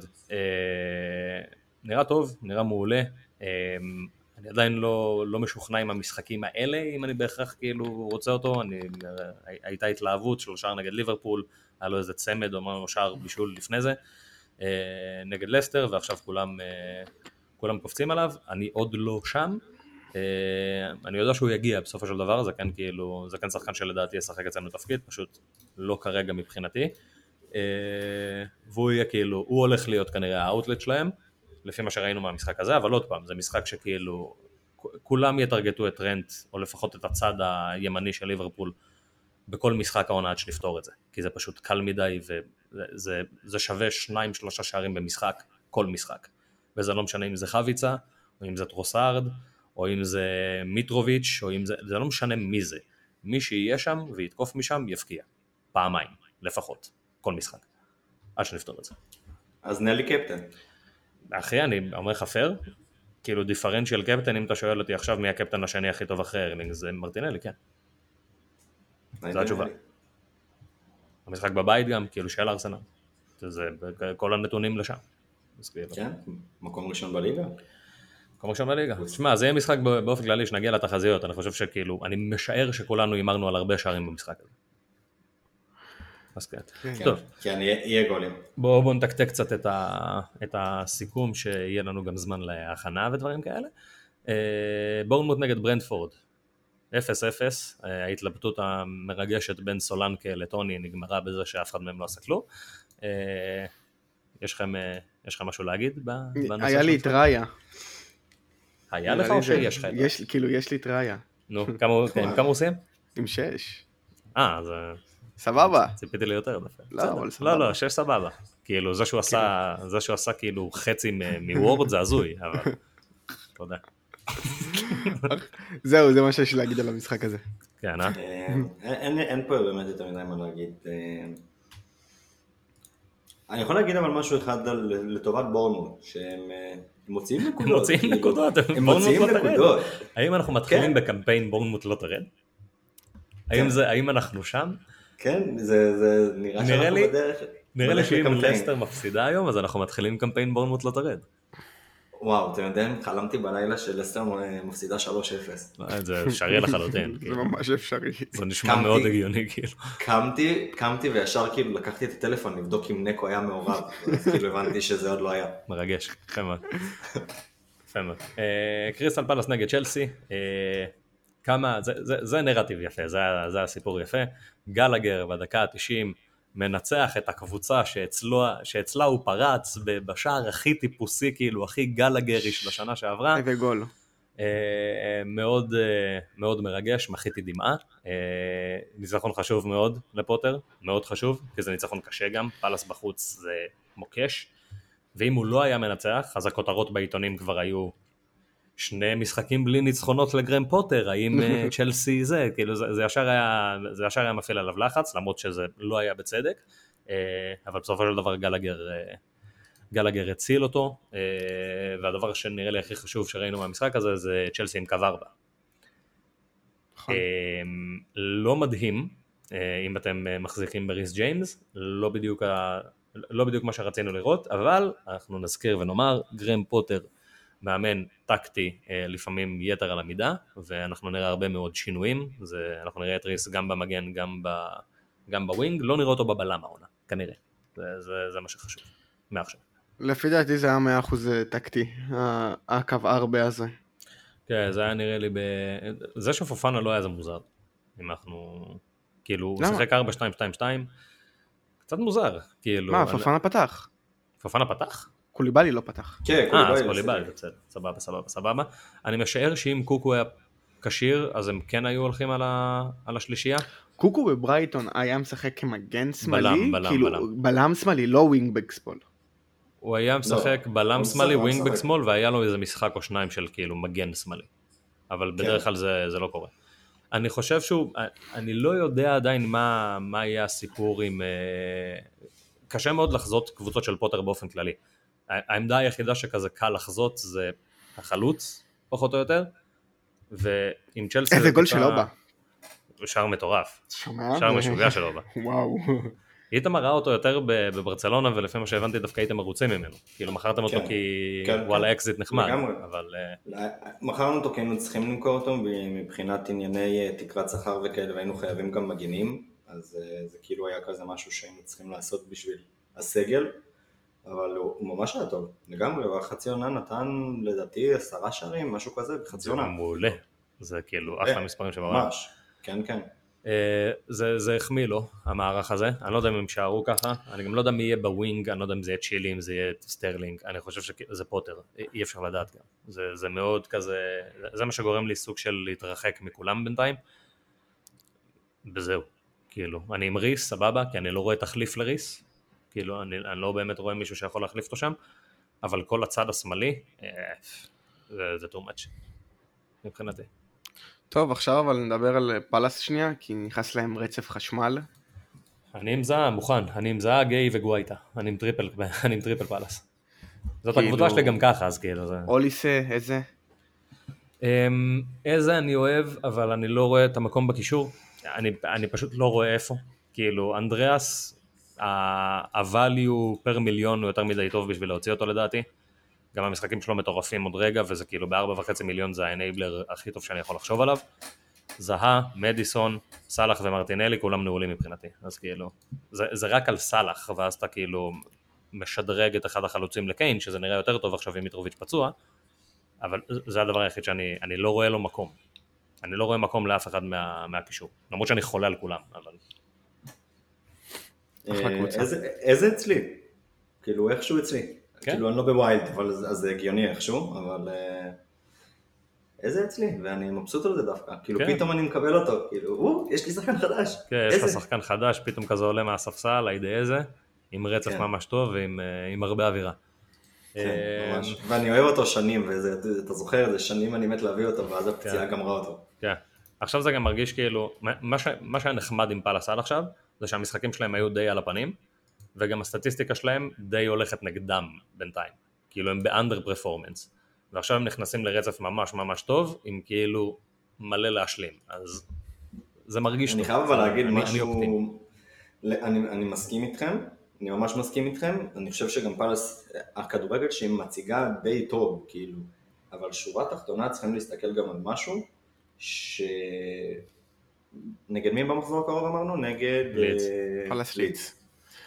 נראה טוב, נראה מעולה, אני עדיין לא משוכנע עם המשחקים האלה, אם אני בהכרח כאילו רוצה אותו, הייתה התלהבות של שער נגד ליברפול, היה לו איזה צמד או שער בישול לפני זה, נגד לסטר, ועכשיו כולם קופצים עליו, אני עוד לא שם, אני יודע שהוא יגיע בסופו של דבר, זה כן כאילו, זה כן שחקן שלדעתי ישחק אצלנו תפקיד, פשוט לא כרגע מבחינתי, והוא יהיה כאילו, הוא הולך להיות כנראה האוטלט שלהם, לפי מה שראינו מהמשחק הזה, אבל עוד פעם, זה משחק שכאילו, כולם יתרגטו את רנט, או לפחות את הצד הימני של ליברפול, בכל משחק העונה עד שנפתור את זה, כי זה פשוט קל מדי, וזה שווה 2-3 שערים במשחק, כל משחק, וזה לא משנה אם זה חביצה, או אם זה טרוסארד, או אם זה מיטרוביץ', או אם זה לא משנה מי זה, מי שיהיה שם ויתקוף משם יפקיע, פעמיים, לפחות, כל משחק, עד שנפתור את זה. אז נלי קפטן. אחי, אני אומר לך פייר, כאילו דיפרנציאל קפטן, אם אתה שואל אותי עכשיו מי הקפטן השני הכי טוב אחרי ארלינג, זה מרטינלי, כן. זו התשובה. המשחק בבית גם, כאילו של ארסנל. זה כל הנתונים לשם. כן, מקום ראשון בליגה. מקום ראשון בליגה. תשמע, זה יהיה משחק באופן כללי שנגיע לתחזיות, אני חושב שכאילו, אני משער שכולנו הימרנו על הרבה שערים במשחק הזה. אז כן. טוב. כן, יהיה גולים. בואו נתקתק קצת את הסיכום, שיהיה לנו גם זמן להכנה ודברים כאלה. בורנמוט נגד ברנטפורד, 0-0, ההתלבטות המרגשת בין סולנקה לטוני נגמרה בזה שאף אחד מהם לא עשה כלום. יש לכם משהו להגיד בנושא? היה לי את ראיה. היה לך או שיש לך? כאילו, יש לי את ראיה. נו, כמה עושים? עם 6. אז... סבבה. ציפיתי לי יותר דווקא. לא, 6 סבבה. כאילו, זה שהוא עשה כאילו חצי מוורד זה הזוי, אבל... תודה. זהו, זה מה שיש להגיד על המשחק הזה. כן, אין פה באמת יותר מדי מה להגיד. אני יכול להגיד אבל משהו אחד לטובת בורנמוט, שהם מוציאים נקודות. הם מוציאים נקודות, הם מוציאים נקודות. האם אנחנו מתחילים כן. בקמפיין בורנמוט לא תרד? האם אנחנו שם? כן, זה נראה שאנחנו בדרך. נראה לי בדרך שאם לקמפיין. לסטר מפסידה היום, אז אנחנו מתחילים קמפיין בורנמוט לא תרד. וואו, אתם יודעים, חלמתי בלילה שלסטר מפסידה 3-0. זה אפשרי לחלוטין. זה כאילו. ממש אפשרי. זה נשמע קמתי. מאוד הגיוני, כאילו. קמתי וישר כאילו לקחתי את הטלפון לבדוק אם נקו היה מעורב, אז כאילו הבנתי שזה עוד לא היה. מרגש, יפה מאוד. יפה מאוד. קריסטל פלאס נגד צ'לסי, כמה, זה נרטיב יפה, זה הסיפור יפה. גלגר בדקה ה-90 מנצח את הקבוצה שאצלה הוא פרץ בשער הכי טיפוסי, כאילו הכי גלגריש בשנה שעברה. איזה גול. מאוד מאוד מרגש, מחיתי דמעה. ניצחון חשוב מאוד לפוטר, מאוד חשוב, כי זה ניצחון קשה גם, פלאס בחוץ זה מוקש, ואם הוא לא היה מנצח, אז הכותרות בעיתונים כבר היו 2 משחקים בלי ניצחונות לגרם פוטר, האם צ'לסי זה, כאילו זה ישר היה מפעיל עליו לחץ, למרות שזה לא היה בצדק, אבל בסופו של דבר גלגר הציל אותו, והדבר שנראה לי הכי חשוב שראינו מהמשחק הזה, זה צ'לסי עם קו 4. לא מדהים, אם אתם מחזיקים בריס ג'יימס, לא בדיוק מה שרצינו לראות, אבל אנחנו נזכיר ונאמר, גרם פוטר מאמן טקטי לפעמים יתר על המידה, ואנחנו נראה הרבה מאוד שינויים, אנחנו נראה את ריס גם במגן, גם בווינג, לא נראה אותו בבלם העונה, כנראה, זה מה שחשוב, מעכשיו. לפי דעתי זה היה 100% טקטי, הקו 4 הזה. כן, זה היה נראה לי זה שפופנה לא היה זה מוזר, אם אנחנו, כאילו, הוא שיחק 4-2-2-2, קצת מוזר, כאילו. מה, פופנה פתח? פופנה פתח? קוליבאלי לא פתח. כן, אז קוליבאלי, סבבה. אני משער שאם קוקו היה קשיר, אז הם כן היו הולכים על השלישייה? קוקו בברייטון היה משחק כמגן שמאלי, בלם שמאלי, לא ווינגבק שמאל. הוא היה משחק בלם שמאלי, ווינגבק שמאל, והיה לו איזה משחק או 2 של כאילו מגן שמאלי. אבל בדרך כלל זה לא קורה. אני חושב אני לא יודע עדיין מה יהיה הסיפור עם, קשה מאוד לחזות קבוצות של פוטר באופן כללי. העמדה היחידה שכזה קל לחזות זה החלוץ, פחות או יותר, ועם צ'לסי... איזה גול שלו בא. שער מטורף. שומע? שער משוגע שלו בא. וואו. איתם ראה אותו יותר בברצלונה, ולפי מה שהבנתי דווקא הייתם מרוצים ממנו. כאילו מכרתם אותו כי וואלה אקזיט נחמד, אבל... מכרנו אותו כי היינו צריכים למכור אותו, מבחינת ענייני תקרת שכר וכאלה, והיינו חייבים גם מגנים, אז זה כאילו היה כזה משהו שהיינו צריכים לעשות בשביל הסגל, אבל הוא ממש היה טוב, לגמרי, הוא חצי עונה נתן לדעתי 10 שערים, משהו כזה, בחצי עונה. זה מעולה, זה כאילו אחלה מספרים שבעולם. ממש, כן. זה החמיא לו, המערך הזה, אני לא יודע אם הם שערו ככה, אני גם לא יודע מי יהיה בווינג, אני לא יודע אם זה יהיה צ'ילי, אם זה יהיה סטרלינג, אני חושב שזה פוטר, אי אפשר לדעת גם, זה מאוד כזה, זה מה שגורם לי סוג של להתרחק מכולם בינתיים, וזהו, כאילו, אני עם ריס, סבבה, כי אני לא רואה תחליף לריס, כאילו, אני לא באמת רואה מישהו שיכול להחליף אותו שם, אבל כל הצד השמאלי, זה too much, מבחינתי. טוב, עכשיו אבל נדבר על פלאס שנייה, כי נכנס להם רצף חשמל. אני עם זהה, מוכן, אני עם זהה, גיי וגווייטה, אני עם טריפל פלאס. זאת הקבוצה שלי גם ככה, אז כאילו זה... אוליסה, איזה? איזה אני אוהב, אבל אני לא רואה את המקום בקישור, אני פשוט לא רואה איפה. כאילו, אנדריאס, ה-value פר מיליון הוא יותר מדי טוב בשביל להוציא אותו לדעתי. גם המשחקים שלו מטורפים עוד רגע, וזה כאילו ב4.5 מיליון זה האנבלר הכי טוב שאני יכול לחשוב עליו. זהה, מדיסון, סלח ומרטינלי, כולם נעולים מבחינתי. אז כאילו, זה רק על סלח, ואז אתה כאילו משדרג את אחד החלוצים לקיין, שזה נראה יותר טוב עכשיו עם מיטרוביץ' פצוע, אבל זה הדבר היחיד שאני לא רואה לו מקום. אני לא רואה מקום לאף אחד מהקישור, למרות שאני חולה על כולם, אבל... איזה אצלי? כאילו, איכשהו אצלי. כאילו אני לא בווילד, אבל זה הגיוני איכשהו, אבל איזה אצלי, ואני מבסוט על זה דווקא, כאילו פתאום אני מקבל אותו, כאילו, יש לי שחקן חדש. כן, יש לך שחקן חדש, פתאום כזה עולה מהספסל, הידי איזה, עם רצף ממש טוב ועם הרבה אווירה. כן, ממש, ואני אוהב אותו שנים, ואתה זוכר, זה שנים אני מת להביא אותו, ואז הפציעה גמרה אותו. כן, עכשיו זה גם מרגיש כאילו, מה שהיה נחמד עם פלאס עד עכשיו, זה שהמשחקים שלהם היו די על הפנים, וגם הסטטיסטיקה שלהם די הולכת נגדם בינתיים, כאילו הם באנדר פרפורמנס, ועכשיו הם נכנסים לרצף ממש ממש טוב, עם כאילו מלא להשלים, אז זה מרגיש טוב. אני חייב אבל להגיד משהו, אופטימי. אני מסכים איתכם, אני ממש מסכים איתכם, אני חושב שגם פאלאס, הכדורגל שהיא מציגה די טוב, כאילו, אבל שורה תחתונה צריכים להסתכל גם על משהו, נגד מי במחזור הקרוב אמרנו? נגד פאלאס לידס.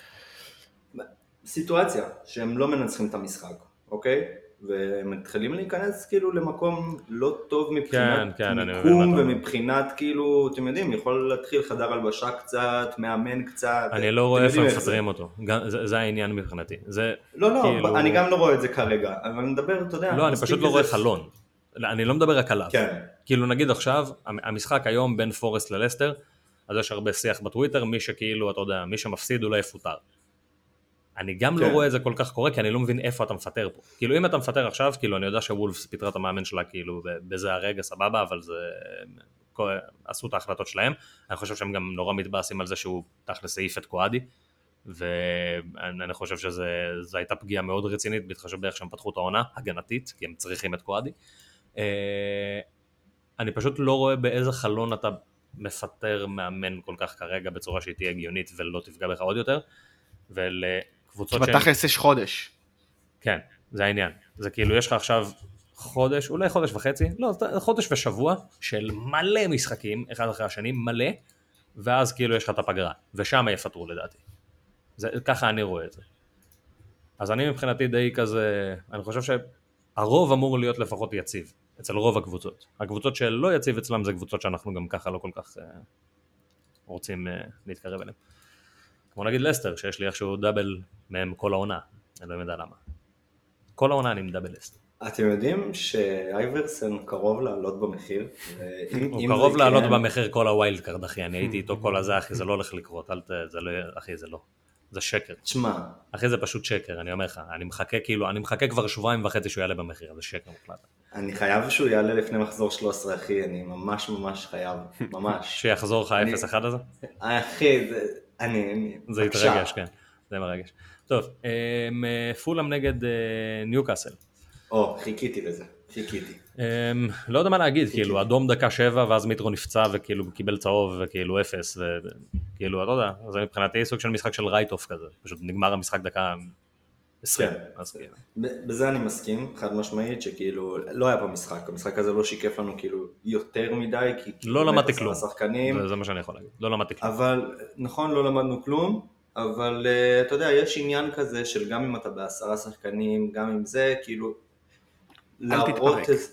סיטואציה שהם לא מנצחים את המשחק, אוקיי? והם מתחילים להיכנס כאילו למקום לא טוב מבחינת מיקום ומבחינת כאילו, אתם יודעים, יכול להתחיל חדר הלבשה קצת, מאמן קצת. אני לא רואה איפה מפטרים אותו, זה העניין מבחינתי. לא, אני גם לא רואה את זה כרגע, אבל אני מדבר, אתה יודע. לא, אני פשוט לא רואה חלון. אני לא מדבר רק עליו. כן. כאילו נגיד עכשיו, המשחק היום בין פורסט ללסטר, אז יש הרבה שיח בטוויטר, מי שכאילו, אתה יודע, מי שמפסיד אולי יפוטר. אני גם לא רואה את זה כל כך קורה, כי אני לא מבין איפה אתה מפטר פה. כאילו אם אתה מפטר עכשיו, כאילו אני יודע שוולפס פיטרה את המאמן שלה, כאילו בזה הרגע סבבה, אבל זה, עשו את ההחלטות שלהם. אני חושב שהם גם נורא מתבאסים על זה שהוא תכלס העיף את קואדי, ואני חושב שזו הייתה פגיעה מאוד רצינית, בהתחשב באיך שהם פתחו את העונה, הגנתית, כי הם צריכים את קואדי. אני פשוט לא רואה באיזה חלון אתה מפטר מאמן כל כך כרגע, בצורה שהיא תהיה הגיונית ולא תפגע בך עוד יותר, ולקבוצות שהן... בתכלס יש חודש. כן, זה העניין. זה כאילו יש לך עכשיו חודש, אולי חודש וחצי, לא, חודש ושבוע של מלא משחקים, אחד אחרי השני, מלא, ואז כאילו יש לך את הפגרה, ושם יפטרו לדעתי. ככה אני רואה את זה. אז אני מבחינתי די כזה, אני חושב שהרוב אמור להיות לפחות יציב, אצל רוב הקבוצות. הקבוצות שלא יציב אצלם זה קבוצות שאנחנו גם ככה לא כל כך רוצים להתקרב אליהם. כמו נגיד לסטר, שיש לי איכשהו דאבל מהם כל העונה, אני לא יודע למה. כל העונה אני מדאבל לסטר. אתם יודעים שאייברסן קרוב לעלות במחיר? הוא קרוב לעלות במחיר כל הווילד קארד, אחי, אני הייתי איתו כל הזה, אחי, זה לא הולך לקרות, אחי, זה לא. זה שקר. תשמע. אחי, זה פשוט שקר, אני אומר לך, אני מחכה כבר 2.5 שבועות שהוא יעלה במחיר, זה שקר מוחלט. אני חייב שהוא יעלה לפני מחזור 13, אחי, אני ממש ממש חייב, ממש. שיחזור לך 0-1 הזה? אחי, זה יתרגש, כן, זה מרגש. טוב, פולאם נגד ניוקאסל. חיכיתי לזה, חיכיתי. לא יודע מה להגיד, כאילו, אדום דקה 7, ואז מיטרו נפצע, וכאילו קיבל צהוב, וכאילו 0, וכאילו, אתה יודע, זה מבחינתי סוג של משחק של רייט-אוף כזה, פשוט נגמר המשחק דקה 20. בזה אני מסכים, חד משמעית, שכאילו, לא היה פה משחק, המשחק הזה לא שיקף לנו כאילו יותר מדי, כי... לא למדתי כלום, זה מה שאני יכול להגיד, לא למדתי כלום. אבל, נכון, לא למדנו כלום, אבל אתה יודע, יש עניין כזה של גם אם אתה ב10 שחקנים, גם אם זה, כאילו, להראות...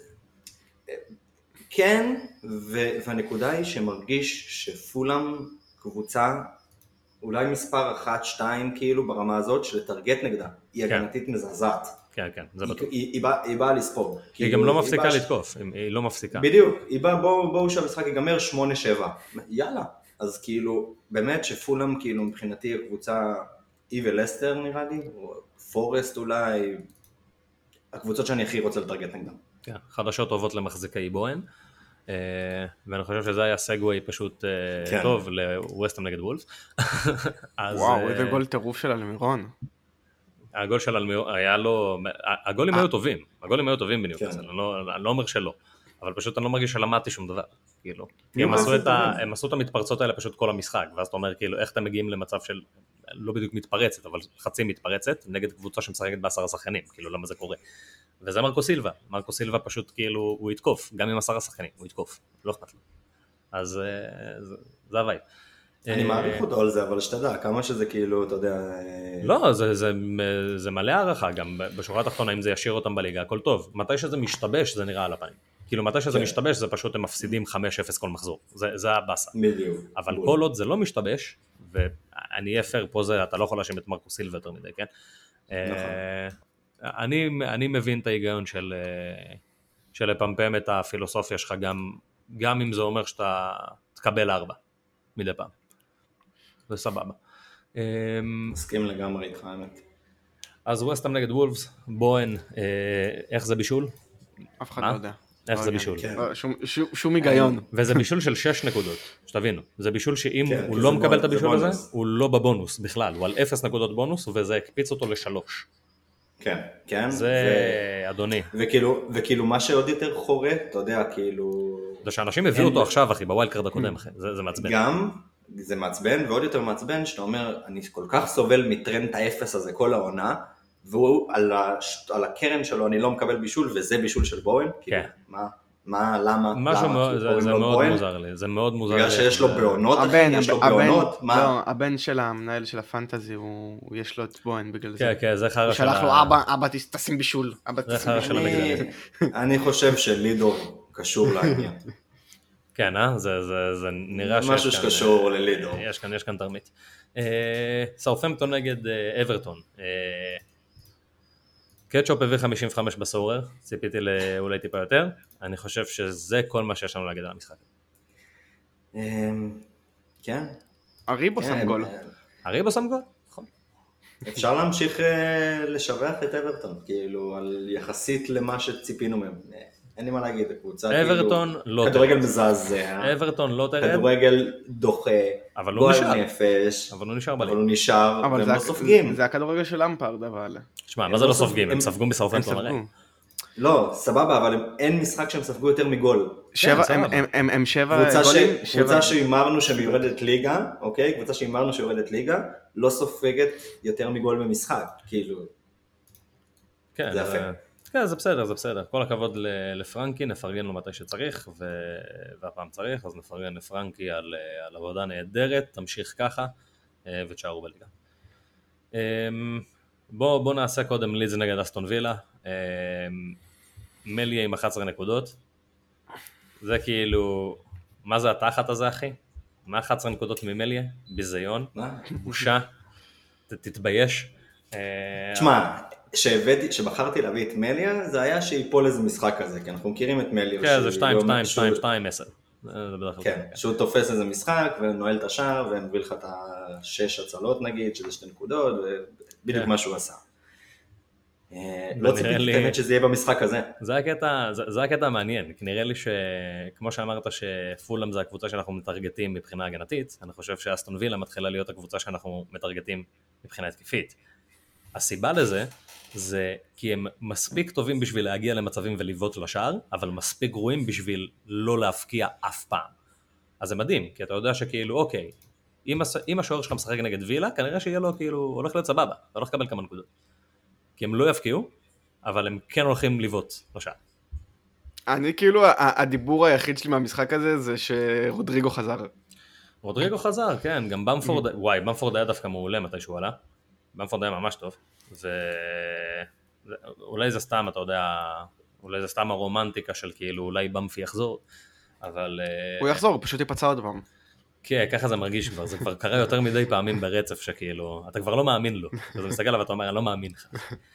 כן, והנקודה היא שמרגיש שפולאם קבוצה, אולי מספר 1-2 כאילו ברמה הזאת של לטרגט נגדה, היא הגנתית מזעזעת. כן, כן, זה בטוח. היא באה לספור. היא גם לא מפסיקה לתקוף, היא לא מפסיקה. בדיוק, היא באה, בואו שהמשחק ייגמר 8-7, יאללה. אז כאילו, באמת שפולאם כאילו מבחינתי הקבוצה, היא ולסטר נראה לי, או פורסט אולי, הקבוצות שאני הכי רוצה לטרגט נגדם. כן, חדשות טובות למחזיקי בוהן, ואני חושב שזה היה סגווי פשוט טוב לווסטהאם נגד וולפס. וואו, איזה גול טירוף של אלמירון. הגול של אלמירון היה לו, הגולים היו טובים, הגולים היו טובים בניוקאסל, אני לא אומר שלא, אבל פשוט אני לא מרגיש שלמדתי שום דבר, כאילו. הם עשו את המתפרצות האלה פשוט כל המשחק, ואז אתה אומר כאילו איך אתם מגיעים למצב של לא בדיוק מתפרצת, אבל חצי מתפרצת, נגד קבוצה שמשחקת ב10 שחקנים, כאילו למה זה קורה. וזה מרקו סילבה פשוט כאילו הוא יתקוף, גם עם 10 שחקנים, הוא יתקוף, לא אכפת לו. אז זה הווייב. אני מעריך אותו על זה, אבל שתדע, כמה שזה כאילו, אתה יודע... לא, זה מלא הערכה, גם בשורה התחתונה, אם זה ישאיר אותם בליגה, הכל טוב. מתי שזה משתבש, זה נראה על הפנים. כאילו, מתי שזה משתבש, זה פשוט הם מפסידים 5-0 כל מחזור. זה הבאסה. בדיוק. אבל כל עוד זה לא משתבש, ואני אהיה פייר פה זה, אתה לא יכול להאשים את מרקו סילבה יותר מדי, כן? נכון. אני מבין את ההיגיון של לפמפם את הפילוסופיה שלך, גם אם זה אומר שאתה תקבל 4 מדי פעם. זה סבבה. מסכים לגמרי איתך, האמת. אז ווסטהאם נגד וולפס, בוהן, איך זה בישול? אף אחד לא יודע. איך זה בישול. כן. שום היגיון. וזה בישול של 6 נקודות, שתבינו. זה בישול שאם כן, הוא כי לא זה מקבל את בונוס, הבישול זה הזה, בונוס. הוא לא בבונוס בכלל, הוא על 0 נקודות בונוס, וזה הקפיץ אותו ל3. כן, כן. זה אדוני. וכאילו מה שעוד יותר חורה, אתה יודע, כאילו... זה שאנשים הביאו אותו עכשיו, אחי, בווילד קארד הקודם, אחי, זה מעצבן. גם, זה מעצבן, ועוד יותר מעצבן, שאתה אומר, אני כל כך סובל מטרנד האפס הזה כל העונה, והוא על הקרן שלו, אני לא מקבל בישול, וזה בישול של בואן? כן. מה, למה? משהו מאוד, זה מאוד מוזר לי, זה מאוד מוזר לי. בגלל שיש לו בעונות, אחי, יש לו בעונות, מה? לא, הבן של המנהל של הפנטזי, יש לו את בוהן בגלל זה. כן, כן, זה חרא הוא שלח לו, אבא תשים בישול. זה חרא של המגדל. אני חושב שלידור קשור לעניין. כן, זה נראה שיש כאן... משהו שקשור ללידור. יש כאן תרמית. סאות'המפטון נגד אברטון. קטשופ הביא 55 בסורר, ציפיתי אולי טיפה יותר, אני חושב שזה כל מה שיש לנו להגיד על המשחק. כן. אריבו שם גול. אריבו שם גול? נכון. אפשר להמשיך לשבח את אברטון, כאילו, על יחסית למה שציפינו מהם. אין לי מה להגיד, הקבוצה אברטון כאילו, לא כדורגל תרד. מזעזע, אברטון לא תרד, כדורגל דוחה, אבל הוא גועל נשאר. נפש, אבל הוא נשאר אבל בליגה. הוא נשאר, אבל והם לא סופגים. זה הכדורגל של אמפרד, אבל... שמע, מה זה לא סופגים? הם ספגו מסאות'המפטון הרי. לא, סבבה, אבל אין משחק שהם ספגו יותר מגול. הם 7 גולים. קבוצה שהימרנו שמיורדת ליגה, אוקיי? קבוצה שהימרנו שיורדת ליגה, לא סופגת יותר מגול במשחק, כאילו. כן, זה יפה. כן, זה בסדר, זה בסדר. כל הכבוד לפרנקי, נפרגן לו מתי שצריך, והפעם צריך, אז נפרגן לפרנקי על עבודה נהדרת, תמשיך ככה, ותשארו בליגה. בוא נעשה קודם לידס נגד אסטון וילה, מליה עם 11 נקודות, זה כאילו, מה זה התחת הזה אחי? מה 11 נקודות ממליה? ביזיון, בושה, תתבייש. תשמע, שבחרתי להביא את מליה, זה היה שיפול איזה משחק כזה, כי אנחנו מכירים את מליה. כן, זה 2-2-2-2-10. כן, שהוא תופס איזה משחק ונועל את השער ומביא לך את ה6 הצלות נגיד, שזה 2 נקודות, ובדיוק מה שהוא עשה. לא ציפיתי באמת שזה יהיה במשחק הזה. זה הקטע המעניין, כי נראה לי שכמו שאמרת שפולאם זה הקבוצה שאנחנו מטרגטים מבחינה הגנתית, אני חושב שאסטון וילה מתחילה להיות הקבוצה שאנחנו מטרגטים מבחינה התקפית. הסיבה לזה זה כי הם מספיק טובים בשביל להגיע למצבים ולבעוט לשער, אבל מספיק גרועים בשביל לא להפקיע אף פעם. אז זה מדהים, כי אתה יודע שכאילו אוקיי, אם השוער שלך משחק נגד וילה, כנראה שיהיה לו כאילו הולך להיות סבבה, אתה הולך לקבל כמה נקודות. כי הם לא יפקיעו, אבל הם כן הולכים לבעוט לשער. אני כאילו, הדיבור היחיד שלי מהמשחק הזה זה שרודריגו חזר. רודריגו חזר, כן, גם במפורד, וואי, במפורד היה דווקא מעולה מתי שהוא עלה. במפורד היה ממש טוב. אולי זה סתם, אתה יודע, אולי זה סתם הרומנטיקה של כאילו, אולי במפי יחזור, אבל... הוא יחזור, הוא פשוט ייפצע עוד פעם. כן, ככה זה מרגיש כבר, זה כבר קרה יותר מדי פעמים ברצף שכאילו, אתה כבר לא מאמין לו, אתה מסתכל עליו ואתה אומר, אני לא מאמין לך.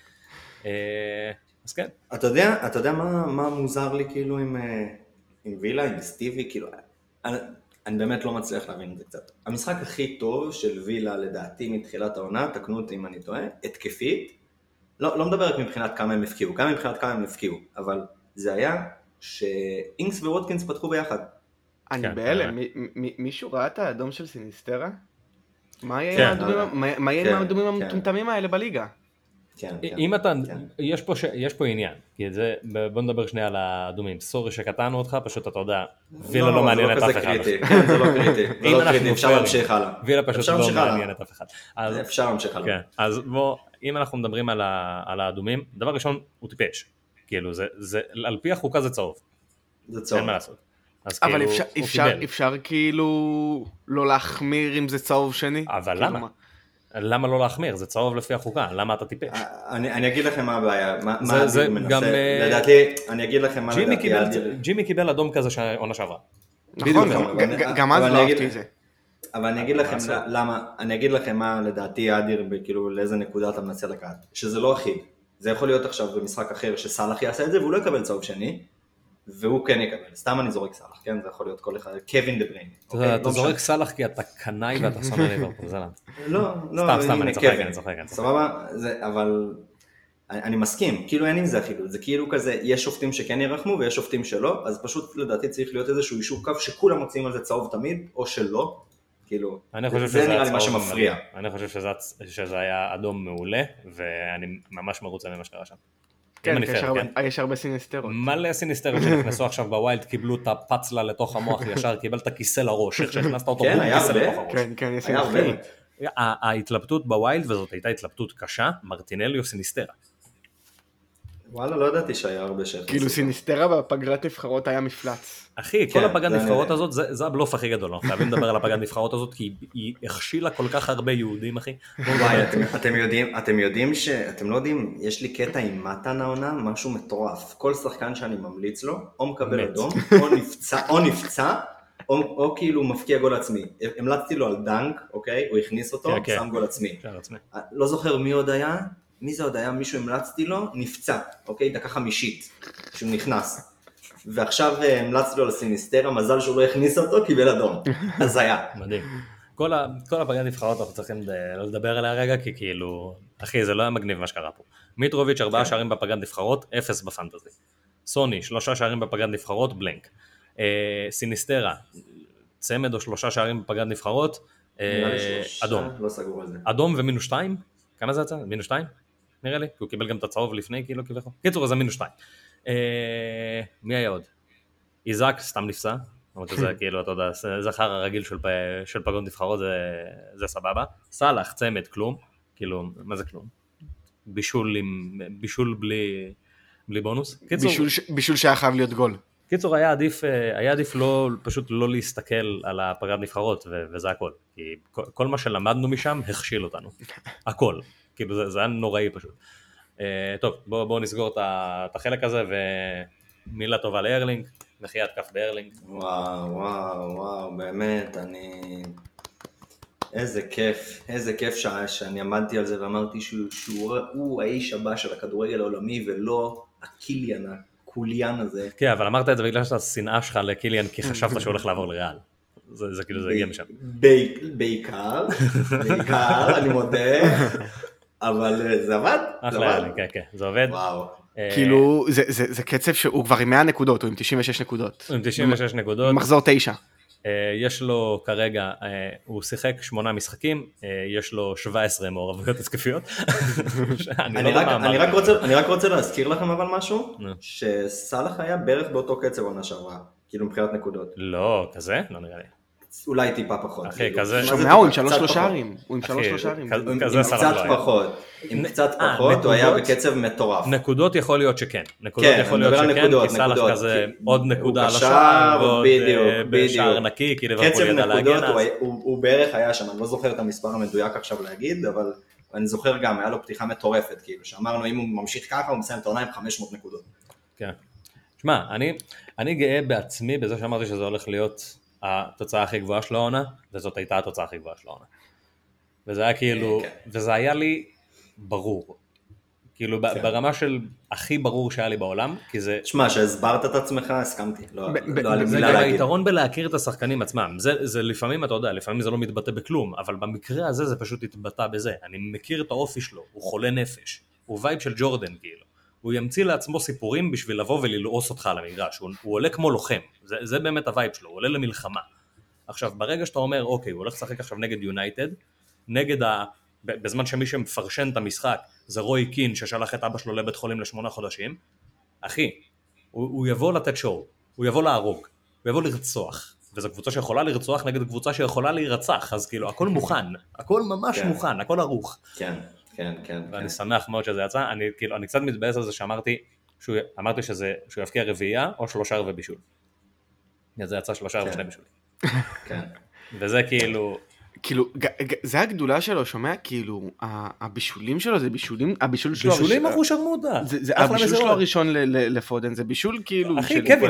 אז כן. אתה יודע מה מוזר לי כאילו עם וילה, עם סטיבי, כאילו, אני באמת לא מצליח להבין את זה קצת. המשחק הכי טוב של וילה לדעתי מתחילת העונה, תקנו אותי אם אני טועה, התקפית, לא מדבר רק מבחינת כמה הם הפקיעו, גם מבחינת כמה הם הפקיעו, אבל זה היה שאינגס וווטקינס פתחו ביחד. אני בהלם, מישהו ראה את האדום של סיניסטרה? מה יהיה עם האדומים המטומטמים האלה בליגה? אם אתה, יש פה עניין, כי זה, בוא נדבר שנייה על האדומים, סורי שקטענו אותך, פשוט אתה יודע, וילה לא מעניינת אף אחד. כן, זה לא קריטי, אפשר להמשיך הלאה. וילה פשוט לא מעניינת אף אחד. אפשר להמשיך הלאה. אז בוא, אם אנחנו מדברים על האדומים, דבר ראשון, הוא טיפש. כאילו, על פי החוקה זה צהוב. זה צהוב. אין מה לעשות. אבל אפשר כאילו לא להחמיר אם זה צהוב שני? אבל למה? למה לא להחמיר? זה צהוב לפי החוקה, למה אתה טיפש? אני אגיד לכם מה הבעיה, מה זה אדיר גם... מנסה, לדעתי, אני אגיד לכם מה לדעתי אדיר. ג'ימי קיבל אדום כזה שעונה שעברה. נכון, גם אז לא אהבתי את זה. אבל אני אגיד לכם מה לדעתי אדיר, כאילו לאיזה נקודה אתה מנסה לקחת, שזה לא אחיד. זה יכול להיות עכשיו במשחק אחר שסלאח יעשה את זה, והוא לא יקבל צהוב שני, והוא כן יקבל. סתם אני זורק סלאח, כן? זה יכול להיות כל אחד, קווין דה בריין. אתה זורק סלאח כי אתה קנאי ואתה שונא ליברפול, זה למה? לא, סתם, אני צוחק. סבבה, אבל אני מסכים, כאילו אין עם זה אפילו, זה כאילו כזה, יש שופטים שכן ירחמו ויש שופטים שלא, אז פשוט לדעתי צריך להיות איזשהו אישור קו שכולם מוצאים על זה צהוב תמיד, או שלא, כאילו, זה נראה לי מה שמפריע. אני חושב שזה היה אדום מעולה, ואני ממש מרוצה ממה שקרה שם. כן, יש הרבה סיניסטרות. מלא סיניסטרות שנכנסו עכשיו בווילד, קיבלו את הפצלה לתוך המוח ישר, קיבל את הכיסא לראש, איך שהכנסת אותו, כן, היה כיסא הרבה. לתוך הראש. כן, יש היה הרבה. ההתלבטות בווילד, וזאת הייתה התלבטות קשה, מרטינליו סיניסטרה. וואלה, לא ידעתי שהיה הרבה שהכניסו. כאילו סיניסטרה בפגרת נבחרות היה מפלץ. אחי, כל כן, הפגרת זה נבחרות נראה. הזאת, זה הבלוף הכי גדול, אנחנו חייבים לדבר על הפגרת נבחרות הזאת, כי היא הכשילה כל כך הרבה יהודים, אחי. וואי, אתם יודעים אתם לא יודעים, יש לי קטע עם מתן העונה, משהו מטורף. כל שחקן שאני ממליץ לו, או מקבל מת. אדום, או נפצע, או כאילו מפקיע גול עצמי. המלצתי לו על דנק, אוקיי? הוא הכניס אותו, כן. שם גול עצמי. שער עצמי. לא זוכר מי עוד היה, מי זה עוד היה? מישהו המלצתי לו, נפצע, אוקיי? דקה 50, שהוא נכנס. ועכשיו המלצתי לו לסיניסטרה, מזל שהוא לא הכניס אותו, קיבל אדום. אז היה. מדהים. כל הפגרת נבחרות אנחנו צריכים לדבר עליה רגע, כי כאילו, אחי, זה לא היה מגניב מה שקרה פה. מיטרוביץ' 4 שערים בפגרת נבחרות, 0 בפנטזי. סוני, 3 שערים בפגרת נבחרות, בלנק. סיניסטרה, צמד או 3 שערים בפגרת נבחרות, נראה לי שלושה, אדום. לא סגור על זה. אדום ומינוס 2? כמה זה יצא? מינוס 2? נראה לי, כי הוא קיבל גם את הצהוב לפני, כאילו כביכול. קיצור, זה מינוס 2. מי היה עוד? איזק סתם נפצע, למרות שזה כאילו, אתה יודע, זה חר הרגיל של פגרות נבחרות, זה סבבה. סלח, צמד, כלום, כאילו, מה זה כלום? בישול בלי בונוס. בישול שהיה חייב להיות גול. קיצור, היה עדיף פשוט לא להסתכל על הפגרת נבחרות, וזה הכל. כי כל מה שלמדנו משם הכשיל אותנו. הכל. כאילו, זה היה נוראי פשוט. טוב, בואו נסגור את החלק הזה, ומילה טובה לארלינג, מחיית כף בארלינג. וואו, באמת, איזה כיף שאני עמדתי על זה ואמרתי שהוא האיש הבא של הכדורגל העולמי ולא הקיליאן, הקוליאן הזה. כן, אבל אמרת את זה בגלל שהשנאה שלך לקיליאן, כי חשבת שהוא הולך לעבור לריאל. זה כאילו, זה הגיע משם. בעיקר, אני מודה, אבל זה עבד. אחלה ארלינג, כן, זה עובד. וואו. כאילו, זה קצב שהוא כבר עם 100 נקודות, הוא עם 96 נקודות. עם 96 נקודות. מחזור 9. יש לו כרגע, הוא שיחק 8 משחקים, יש לו 17 מעורבויות התקפיות. אני רק רוצה להזכיר לכם אבל משהו, שסלח היה בערך באותו קצב עונה שעברה, כאילו מבחינת נקודות. לא, כזה? לא נראה לי. אולי טיפה פחות. אחי, כזה... שומע, הוא עם 3 שערים. הוא עם 3 שערים. עם קצת פחות, הוא היה בקצב מטורף. נקודות יכול להיות שכן. נקודות יכול להיות שכן, כי סלח כזה עוד נקודה על השער, ועוד בשער נקי, כי ליברפול ידע להגן. הוא בערך היה שם, אני לא זוכר את המספר המדויק עכשיו להגיד, אבל אני זוכר גם, היה לו פתיחה מטורפת, כאילו, שאמרנו אם הוא ממשיך ככה, הוא מסיים את העונה עם 500 נקודות. כן. שמע, אני גאה בעצמי בזה שאמרתי שזה הולך להיות התוצאה הכי גבוהה של העונה, וזאת הייתה התוצאה הכי גבוהה של העונה. וזה היה כאילו, וזה היה לי ברור. כאילו ברמה של הכי ברור שהיה לי בעולם, כי זה... שמע, שהסברת את עצמך, הסכמתי. זה גם היתרון בלהכיר את השחקנים עצמם. זה לפעמים, אתה יודע, לפעמים זה לא מתבטא בכלום, אבל במקרה הזה זה פשוט התבטא בזה. אני מכיר את האופי שלו, הוא חולה נפש. הוא וייב של ג'ורדן, כאילו. הוא ימציא לעצמו סיפורים בשביל לבוא וללעוס אותך על המגרש. הוא עולה כמו לוחם. זה באמת הווייב שלו, הוא עולה למלחמה. עכשיו, ברגע שאתה אומר, אוקיי, הוא הולך לשחק עכשיו נגד יונייטד, בזמן שמי שמפרשן את המשחק, זה רוי קין ששלח את אבא שלו לבית חולים ל8 חודשים, אחי, הוא יבוא לתת שואו, הוא יבוא להרוג, הוא יבוא לרצוח, וזו קבוצה שיכולה לרצוח נגד קבוצה שיכולה להירצח, אז כאילו, הכל מוכן, הכל ממש מוכן, הכל ערוך. כן. ואני שמח מאוד שזה יצא, אני קצת מתבאס על זה שאמרתי שהוא יפקיע רביעייה או 3 ובישול. זה יצא 3 ו2 בישולים. כן. וזה כאילו... כאילו, זה הגדולה שלו, שומע? כאילו, הבישולים שלו זה בישולים... בישולים אחו שרמודה. הבישול שלו הראשון לפודן, זה בישול כאילו... אחי, קווין.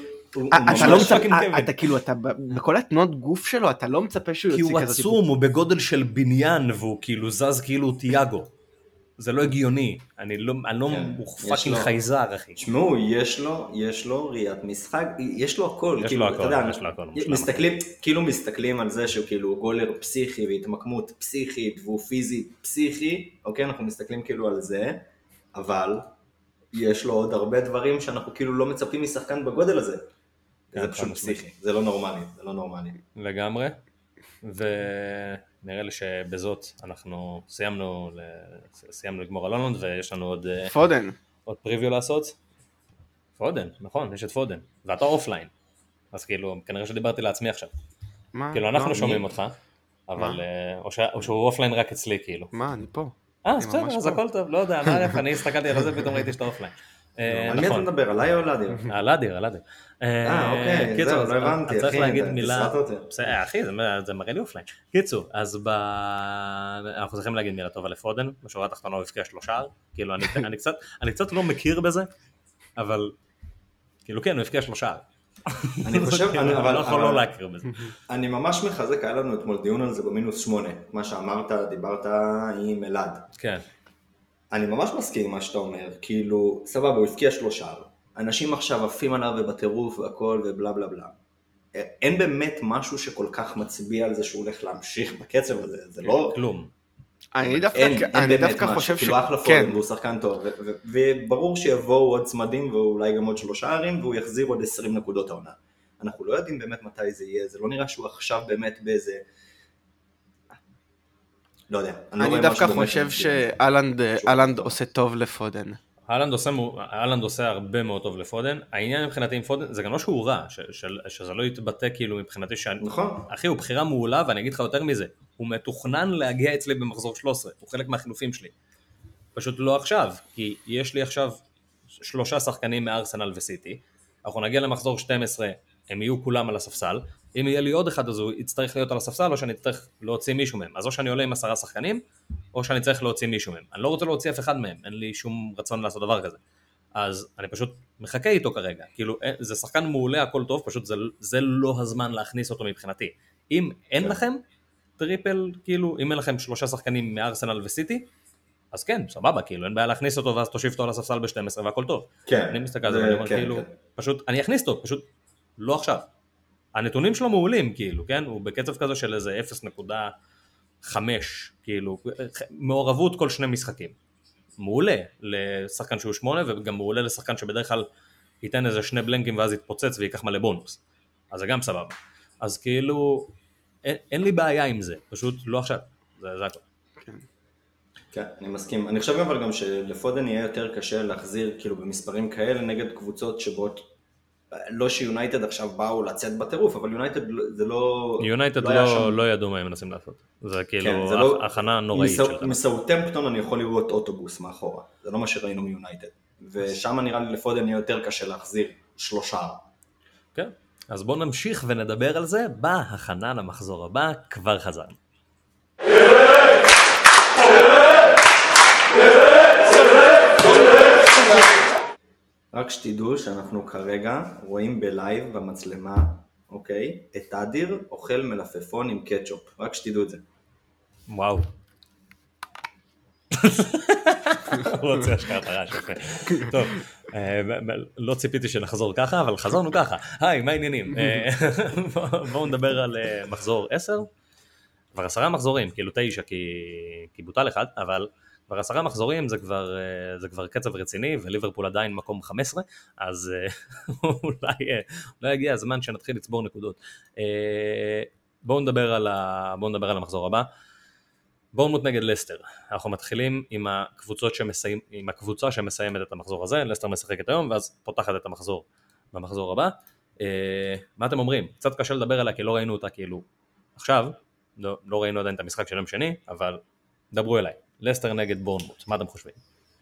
אתה כאילו, בכל התנועות גוף שלו, אתה לא מצפה שהוא יוציא כזה... כי הוא עצום, הוא בגודל של בניין, והוא כאילו זז כאילו תיאגו. זה לא הגיוני, הוא פאקינג חייזר, אחי. תשמעו, יש לו ראיית משחק, יש לו הכל. יש לו הכל. מסתכלים על זה שהוא כאילו גולר פסיכי והתמקמות פסיכית והוא פיזי פסיכי, אוקיי, אנחנו מסתכלים כאילו על זה, אבל יש לו עוד הרבה דברים שאנחנו כאילו לא מצפים משחקן בגודל הזה. זה פשוט פסיכי, זה לא נורמלי. לגמרי, ונראה לי שבזאת אנחנו סיימנו לגמור על הולנד, ויש לנו עוד פריוויו לעשות. פודן, נכון, יש את פודן, ואתה אופליין, אז כאילו, כנראה שדיברתי לעצמי עכשיו. כאילו, אנחנו שומעים אותך, אבל, או שהוא אופליין רק אצלי, כאילו. מה, אני פה. בסדר, אז הכל טוב, לא יודע, אני הסתכלתי על זה, פתאום ראיתי שאתה אופליין. על מי אתה מדבר, עליי או על אדיר? על אדיר. אוקיי, זהו, לא הבנתי, צריך אחי, להגיד מילה, תסרט אותי. אחי, זה מראה לי אופליין. קיצור, אז אנחנו צריכים להגיד מילה טובה לפודן, בשורה התחתונה הוא הבקיע 3 שערים, כאילו אני קצת לא מכיר בזה, אבל כאילו כן, הוא הבקיע 3 שערים. אני חושב, אני לא יכול לא להכיר בזה. אני ממש מחזק, היה לנו אתמול דיון על זה ב-8, מה שאמרת, דיברת עם אלעד. כן. אני ממש מסכים עם מה שאתה אומר, כאילו, סבבה, הוא הבקיע 3 שערים. אנשים עכשיו עפים עליו ובטירוף והכל ובלה בלה בלה. אין באמת משהו שכל כך מצביע על זה שהוא הולך להמשיך בקצב הזה, זה לא... כלום. אני אין דווקא באמת חושב משהו, כאילו אחלה פודן והוא שחקן טוב, וברור שיבואו עוד צמדים ואולי גם עוד 3 שערים והוא יחזיר עוד 20 נקודות העונה. אנחנו לא יודעים באמת מתי זה יהיה, זה לא נראה שהוא עכשיו באמת באיזה... לא יודע. אני דווקא חושב שאלנד עושה טוב לפודן. אהלנד עושה הרבה מאוד טוב לפודן, העניין מבחינתי עם פודן, זה גם לא שהוא רע, שזה לא יתבטא כאילו מבחינתי, נכון. אחי הוא בחירה מעולה ואני אגיד לך יותר מזה, הוא מתוכנן להגיע אצלי במחזור 13, הוא חלק מהחילופים שלי, פשוט לא עכשיו, כי יש לי עכשיו 3 שחקנים מארסנל וסיטי, אנחנו נגיע למחזור 12, הם יהיו כולם על הספסל, אם יהיה לי עוד אחד אז הוא יצטרך להיות על הספסל, או שאני אצטרך להוציא מישהו מהם, אז או שאני עולה עם 10 שחקנים, או שאני צריך להוציא מישהו מהם, אני לא רוצה להוציא אף אחד מהם, אין לי שום רצון לעשות דבר כזה, אז אני פשוט מחכה איתו כרגע, כאילו זה שחקן מעולה, הכל טוב, פשוט זה לא הזמן להכניס אותו מבחינתי, אם אין לכם טריפל, כאילו אם אין לכם 3 שחקנים מארסנל וסיטי, אז כן, סבבה, כאילו, אין בעיה להכניס אותו, ואז תושיב אותו על הספסל ב-12 והכל טוב. כן. אני מסתכל על זה, ואני אומר, כאילו, פשוט, אני אכניס אותו, פשוט לא עכשיו. הנתונים שלו מעולים, כאילו, כן? הוא בקצב כזה של איזה 0.5, כאילו, מעורבות כל 2 משחקים. מעולה לשחקן שהוא 8, וגם מעולה לשחקן שבדרך כלל ייתן איזה 2 בלנקים, ואז יתפוצץ ויקח מלא בונוס. אז זה גם סבבה. אז כאילו, אין לי בעיה עם זה, פשוט לא עכשיו. זה הכל. כן, אני מסכים. אני חושב אבל גם שלפודן יהיה יותר קשה להחזיר כאילו במספרים כאלה נגד קבוצות שבאות, לא שיונייטד עכשיו באו לצאת בטירוף, אבל יונייטד זה לא... יונייטד לא ידעו מה הם מנסים לעשות. זה כאילו הכנה נוראית שלך. מסאוטהמפטון אני יכול לראות אוטובוס מאחורה. זה לא מה שראינו מיונייטד. ושם נראה לי לפודן יהיה יותר קשה להחזיר 3. כן, אז בואו נמשיך ונדבר על זה בהכנה למחזור הבא, כבר חזרנו. רק שתדעו שאנחנו כרגע רואים בלייב במצלמה, אוקיי, את אדיר אוכל מלפפון עם קטשופ, רק שתדעו את זה. וואו. הוא רוצה השקעת הרעש, יפה. טוב, לא ציפיתי שנחזור ככה, אבל חזרנו ככה. היי, מה העניינים? בואו נדבר על מחזור 10. כבר 10 מחזורים, כאילו 9 כי בוטל אחד, אבל כבר 10 מחזורים זה כבר קצב רציני, וליברפול עדיין מקום 15, אז אולי הגיע הזמן שנתחיל לצבור נקודות. בואו נדבר על המחזור הבא. בורנמוט נגד לסטר. אנחנו מתחילים עם הקבוצה שמסיימת את המחזור הזה, לסטר משחקת היום, ואז פותחת את המחזור במחזור הבא. מה אתם אומרים? קצת קשה לדבר עליה, כי לא ראינו אותה כאילו עכשיו, לא ראינו עדיין את המשחק של יום שני, אבל דברו אליי. לסטר נגד בורנמוט, מה אתם חושבים?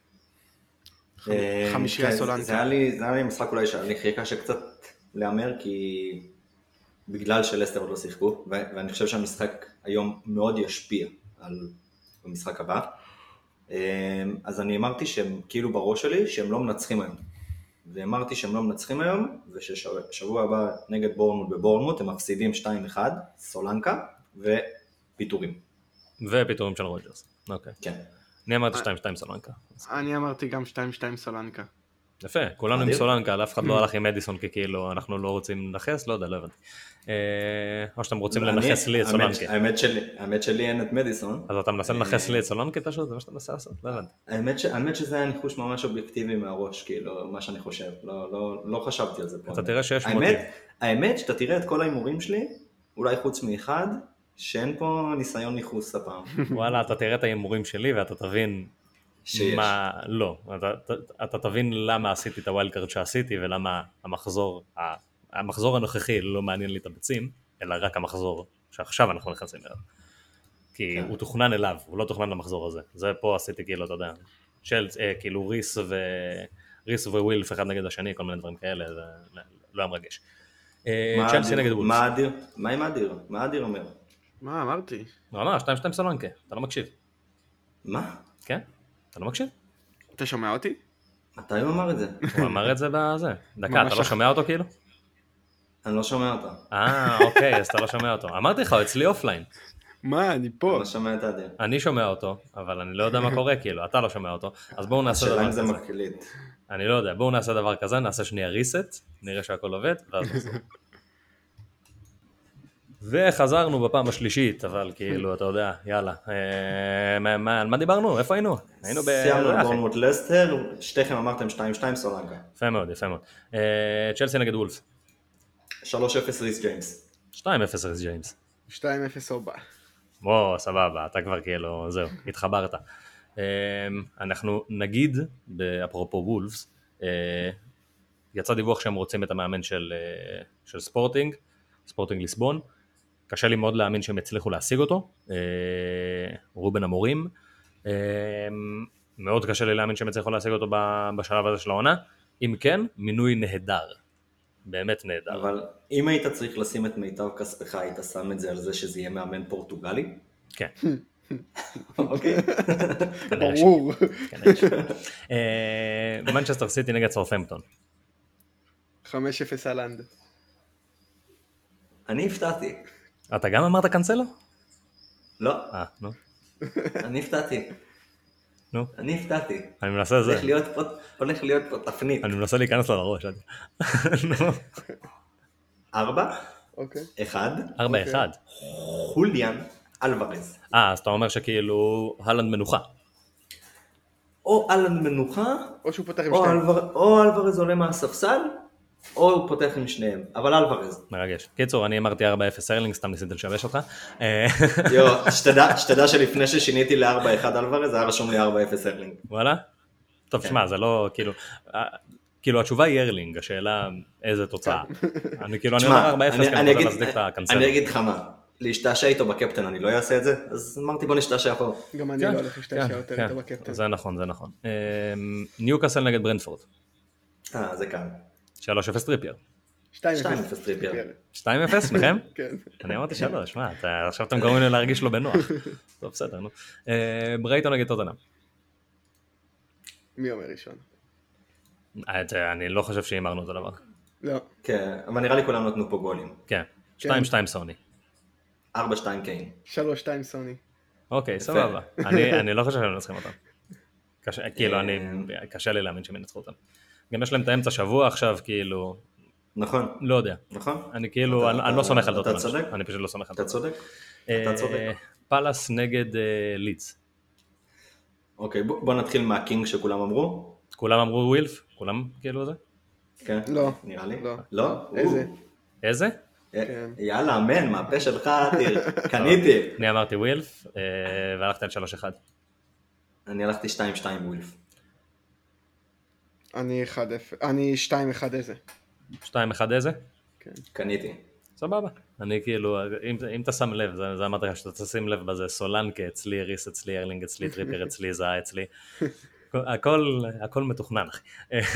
חמישייה סולנקה. זה היה לי משחק אולי שהיה לי חיכה שקצת להמר, כי בגלל שלסטר עוד לא שיחקו, ואני חושב שהמשחק היום מאוד ישפיע על המשחק הבא. אז אני אמרתי שהם כאילו בראש שלי שהם לא מנצחים היום. ואמרתי שהם לא מנצחים היום, וששבוע הבא נגד בורנמוט בבורנמוט הם מפסידים 2-1, סולנקה, ופיטורים. ופיטורים של רוג'רס. אוקיי. כן. אני אמרתי 2-2 סולנקה. אני אמרתי גם 2-2 סולנקה. יפה, כולנו עם אדיר. סולנקה, אף אחד לא הלך עם מדיסון כי כאילו אנחנו לא רוצים לנחס, לא יודע, לא הבנתי. או שאתם רוצים לנחס לי את סולנקה. האמת שלי אין את מדיסון. אז אתה מנסה לנחס לי את סולנקה פשוט, זה מה שאתה מנסה לעשות, לא הבנתי. האמת שזה היה ניחוש ממש אובייקטיבי מהראש, כאילו, מה שאני חושב. לא חשבתי על זה פה. אתה תראה שיש מוטיב. האמת שאתה תראה את כל ההימורים שלי, אולי חוץ מאחד, שאין פה ניסיון ניחוס הפעם. וואלה, אתה תראה את ההימורים שלי ואתה תבין שיש. מה, לא, אתה תבין למה עשיתי את הווילד קארד שעשיתי ולמה המחזור הנוכחי לא מעניין לי את הביצים, אלא רק המחזור שעכשיו אנחנו נכנסים אליו. כי הוא תוכנן אליו, הוא לא תוכנן למחזור הזה. זה פה עשיתי כאילו, אתה יודע, כאילו ריס ווילף אחד נגד השני, כל מיני דברים כאלה, זה לא היה מרגש. צ'לסי נגד וולפס. מה עם אדיר? מה אדיר אומר? מה אמרתי? ממש, 2-2 סולנקה, אתה לא מקשיב. מה? כן? אתה לא מקשיב? אתה שומע אותי? מתי הוא אמר את זה? הוא אמר את זה בזה. דקה, אתה לא שומע אותו כאילו? אני לא שומע אותה. אוקיי, אז אתה לא שומע אותו. אמרתי לך, הוא אצלי אופליין. מה, אני פה. אני לא שומע את אדיר. אני שומע אותו, אבל אני לא יודע מה קורה כאילו, אתה לא שומע אותו. אז בואו נעשה השאלה דבר אם זה כזה. מקליט. אני לא יודע, בואו נעשה דבר כזה, נעשה שנייה ריסט, נראה שהכל עובד, ואז נעשה. וחזרנו בפעם השלישית, אבל כאילו, אתה יודע, יאללה. על מה דיברנו? איפה היינו? היינו סיימנו בורנמוט לסטר, שתיכם אמרתם 2-2 סולנקה. יפה מאוד, יפה מאוד. צ'לסי נגד וולף. 3-0 ריס ג'יימס. 2-0 ריס ג'יימס. 2-0 אובה. בוא, סבבה, אתה כבר כאילו, זהו, התחברת. אנחנו נגיד, אפרופו וולפס, יצא דיווח שהם רוצים את המאמן של ספורטינג ליסבון. קשה לי מאוד להאמין שהם יצליחו להשיג אותו, רובן המורים. מאוד קשה לי להאמין שהם יצליחו להשיג אותו בשלב הזה של העונה. אם כן, מינוי נהדר. באמת נהדר. אבל אם היית צריך לשים את מיטב כספך, היית שם את זה על זה שזה יהיה מאמן פורטוגלי? כן. אוקיי. ברור. מנצ'סטר סיטי נגד סאות'המפטון. 5-0 הלנד. אני הפתעתי. אתה גם אמרת קנסלו? לא, נו. אני הפתעתי. נו. אני הפתעתי. אני מנסה את זה. הולך להיות פה תפנית. אני מנסה להיכנס לו לראש. נו. 4, אוקיי. 1, 4-1. חוליאן אלוורז. אז אתה אומר שכאילו הלנד מנוחה. או אלן מנוחה, או שהוא פותח עם או שתיים. אלוורז עולה מהספסל, או הוא פותח עם שניהם, אבל אלוורז. מרגש. קיצור, אני אמרתי 4-0 ארלינג, סתם ניסיתי לשבש אותך. יו, שתדע שלפני ששיניתי ל-4-1 אלוורז, היה רשום לי 4-0 ארלינג. וואלה? טוב, שמע, זה לא, כאילו התשובה היא ארלינג, השאלה איזה תוצאה. אני כאילו, אני אומר 4-0, כי אני רוצה להצדיק את הקנסלו. אני אגיד לך מה, להשתעשע איתו בקפטן אני לא אעשה את זה, אז אמרתי בוא נשתעשע פה. גם אני לא הולך להשתעשע יותר איתו בקפטן. זה נכון, זה נכון. ניוקאסל נגד ברנטפורד. זה כאן. 3-0 טריפייר. 2-0 טריפייר. 2-0 מכם? כן. אני אמרתי 3, מה, עכשיו אתם גורמים לי להרגיש לא בנוח. טוב, בסדר, נו. ברייטון נגד טוטנהאם. מי אומר ראשון? אני לא חושב שהימרנו אותו דבר. לא. כן, אבל נראה לי כולם נתנו פה גולים. כן, 2-2 סוני. 4-2 קיין. 3-2 סוני. אוקיי, סבבה. אני לא חושב שהם מנצחים אותם. כאילו, קשה לי להאמין שהם ינצחו אותם. גם יש להם את האמצע שבוע עכשיו, כאילו, נכון. לא יודע. נכון. אני כאילו, אני לא סומך על אתה טוטנהאם. צודק. אני פשוט לא סומך על אתה טוטנהאם. צודק. אתה צודק. פאלאס נגד לידס. אוקיי, בוא נתחיל מהקינג שכולם אמרו. כולם אמרו ווילף? כולם כאילו זה? כן. לא. נראה לי. לא. לא? איזה? איזה? כן. יאללה, אמן, מהפה שלך, תיר. קניתי. אני אמרתי ווילף, והלכתי על 3-1. אני הלכתי 2-2 ווילף. אני 2-1 איזה? 2-1 איזה? קניתי. סבבה. אני כאילו, אם אתה שם לב, זה אמרתי לך, שאתה תשים לב בזה, סולנקה אצלי, ריס אצלי, ארלינג אצלי, טריפר אצלי, זהה אצלי. הכל מתוכנן, אחי.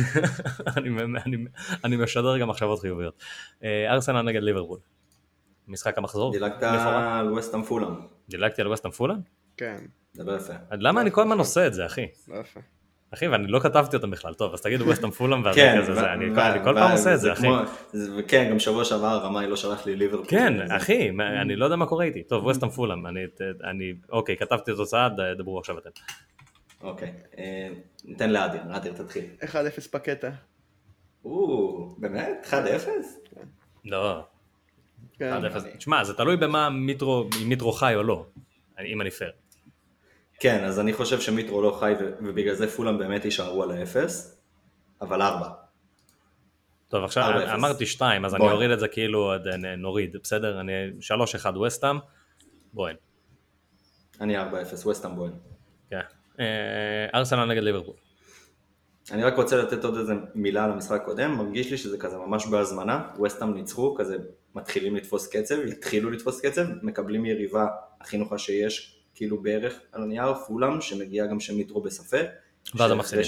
אני משדר גם מחשבות חיוביות. ארסנל נגד ליברפול. משחק המחזור. דילגת על ווסטהאם פולאם. דילגתי על ווסטהאם פולאם? כן. זה לא יפה. למה אני כל הזמן עושה את זה, אחי? לא יפה. אחי, ואני לא כתבתי אותם בכלל. טוב, אז תגידו ווסטהאם פולאם, ואז כן, כזה זה. אני כל פעם עושה את זה, אחי. וכן, גם שבוע שעבר רמאי לא שלח לי ליברפול. כן, אחי, אני לא יודע מה קורה איתי. טוב, ווסטהאם פולאם. אוקיי, כתבתי את התוצאה, דברו עכשיו אתם. אוקיי. ניתן לאדיר, אדיר תתחיל. 1-0 בקטע. באמת? 1-0? לא, כן. 1-0. תשמע, זה תלוי במה אם מיטרו חי או לא, אם אני פייר. כן, אז אני חושב שמיטרו לא חי, ובגלל זה פולאם באמת יישארו על ה-0, אבל 4. טוב, עכשיו 4-0. אמרתי 2, אז אני בואי. אוריד את זה כאילו, נוריד, בסדר? 3-1 וסטאם, בואן. אני 4-0, וסטהאם בוהן. כן. ארסנל נגד ליברפול. אני רק רוצה לתת עוד איזה מילה על המשחק הקודם, מרגיש לי שזה כזה ממש בהזמנה, וסטהאם ניצחו, כזה מתחילים לתפוס קצב, התחילו לתפוס קצב, מקבלים יריבה הכי נוחה שיש, כאילו בערך על הנייר, פולאם, שמגיע גם שמיטרו בספק. ואז המפסידים.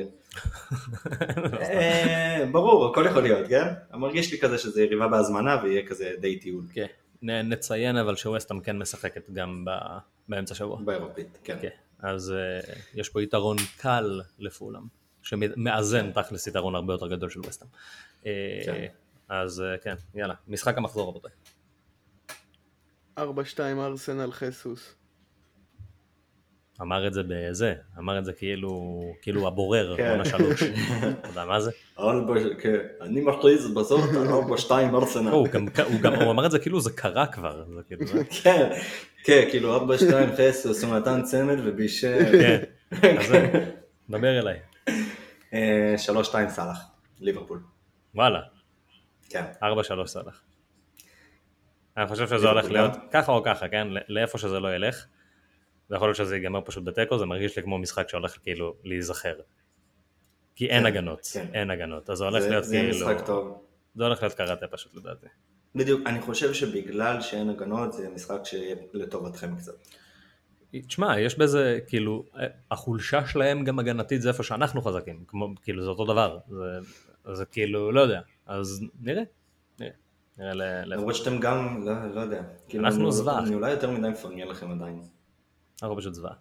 ברור, הכל יכול להיות, כן? מרגיש לי כזה שזה יריבה בהזמנה ויהיה כזה די טיול. כן. נציין אבל שווסטהאם כן משחקת גם באמצע שבוע. באירופית, כן. כן. אז יש פה יתרון קל לפולאם, שמאזן תכלס יתרון הרבה יותר גדול של ווסטהאם. אז כן, יאללה, משחק המחזור רבותיי. 4-2 ארסנל חסוס. אמר את זה כאילו הבורר, עונה 3. אתה יודע מה זה? אני מכריז בזאת על 4-2 ארסנל. הוא אמר את זה כאילו זה קרה כבר. כן, כאילו 4-2 חסוס, הוא נתן צמד ובישל. כן, אז דבר אליי. 3-2 סלאח, ליברפול. וואלה, כן. 4-3 סלאח. אני חושב שזה הולך להיות ככה או ככה, כן? לאיפה שזה לא ילך. ויכול להיות שזה ייגמר פשוט בטקו, זה מרגיש לי כמו משחק שהולך כאילו להיזכר. כי אין הגנות, אין הגנות. אז זה הולך להיות כאילו... זה משחק טוב. זה הולך להיות קראטה פשוט לדעתי. בדיוק, אני חושב שבגלל שאין הגנות, זה משחק שיהיה לטובתכם קצת. תשמע, יש בזה, כאילו, החולשה שלהם גם הגנתית זה איפה שאנחנו חזקים, כאילו זה אותו דבר, זה כאילו, לא יודע, אז נראה. למרות שאתם גם, לא יודע, אנחנו זוועה. אני אולי יותר מדי מפרגן לכם עדיין. אנחנו פשוט זוועה.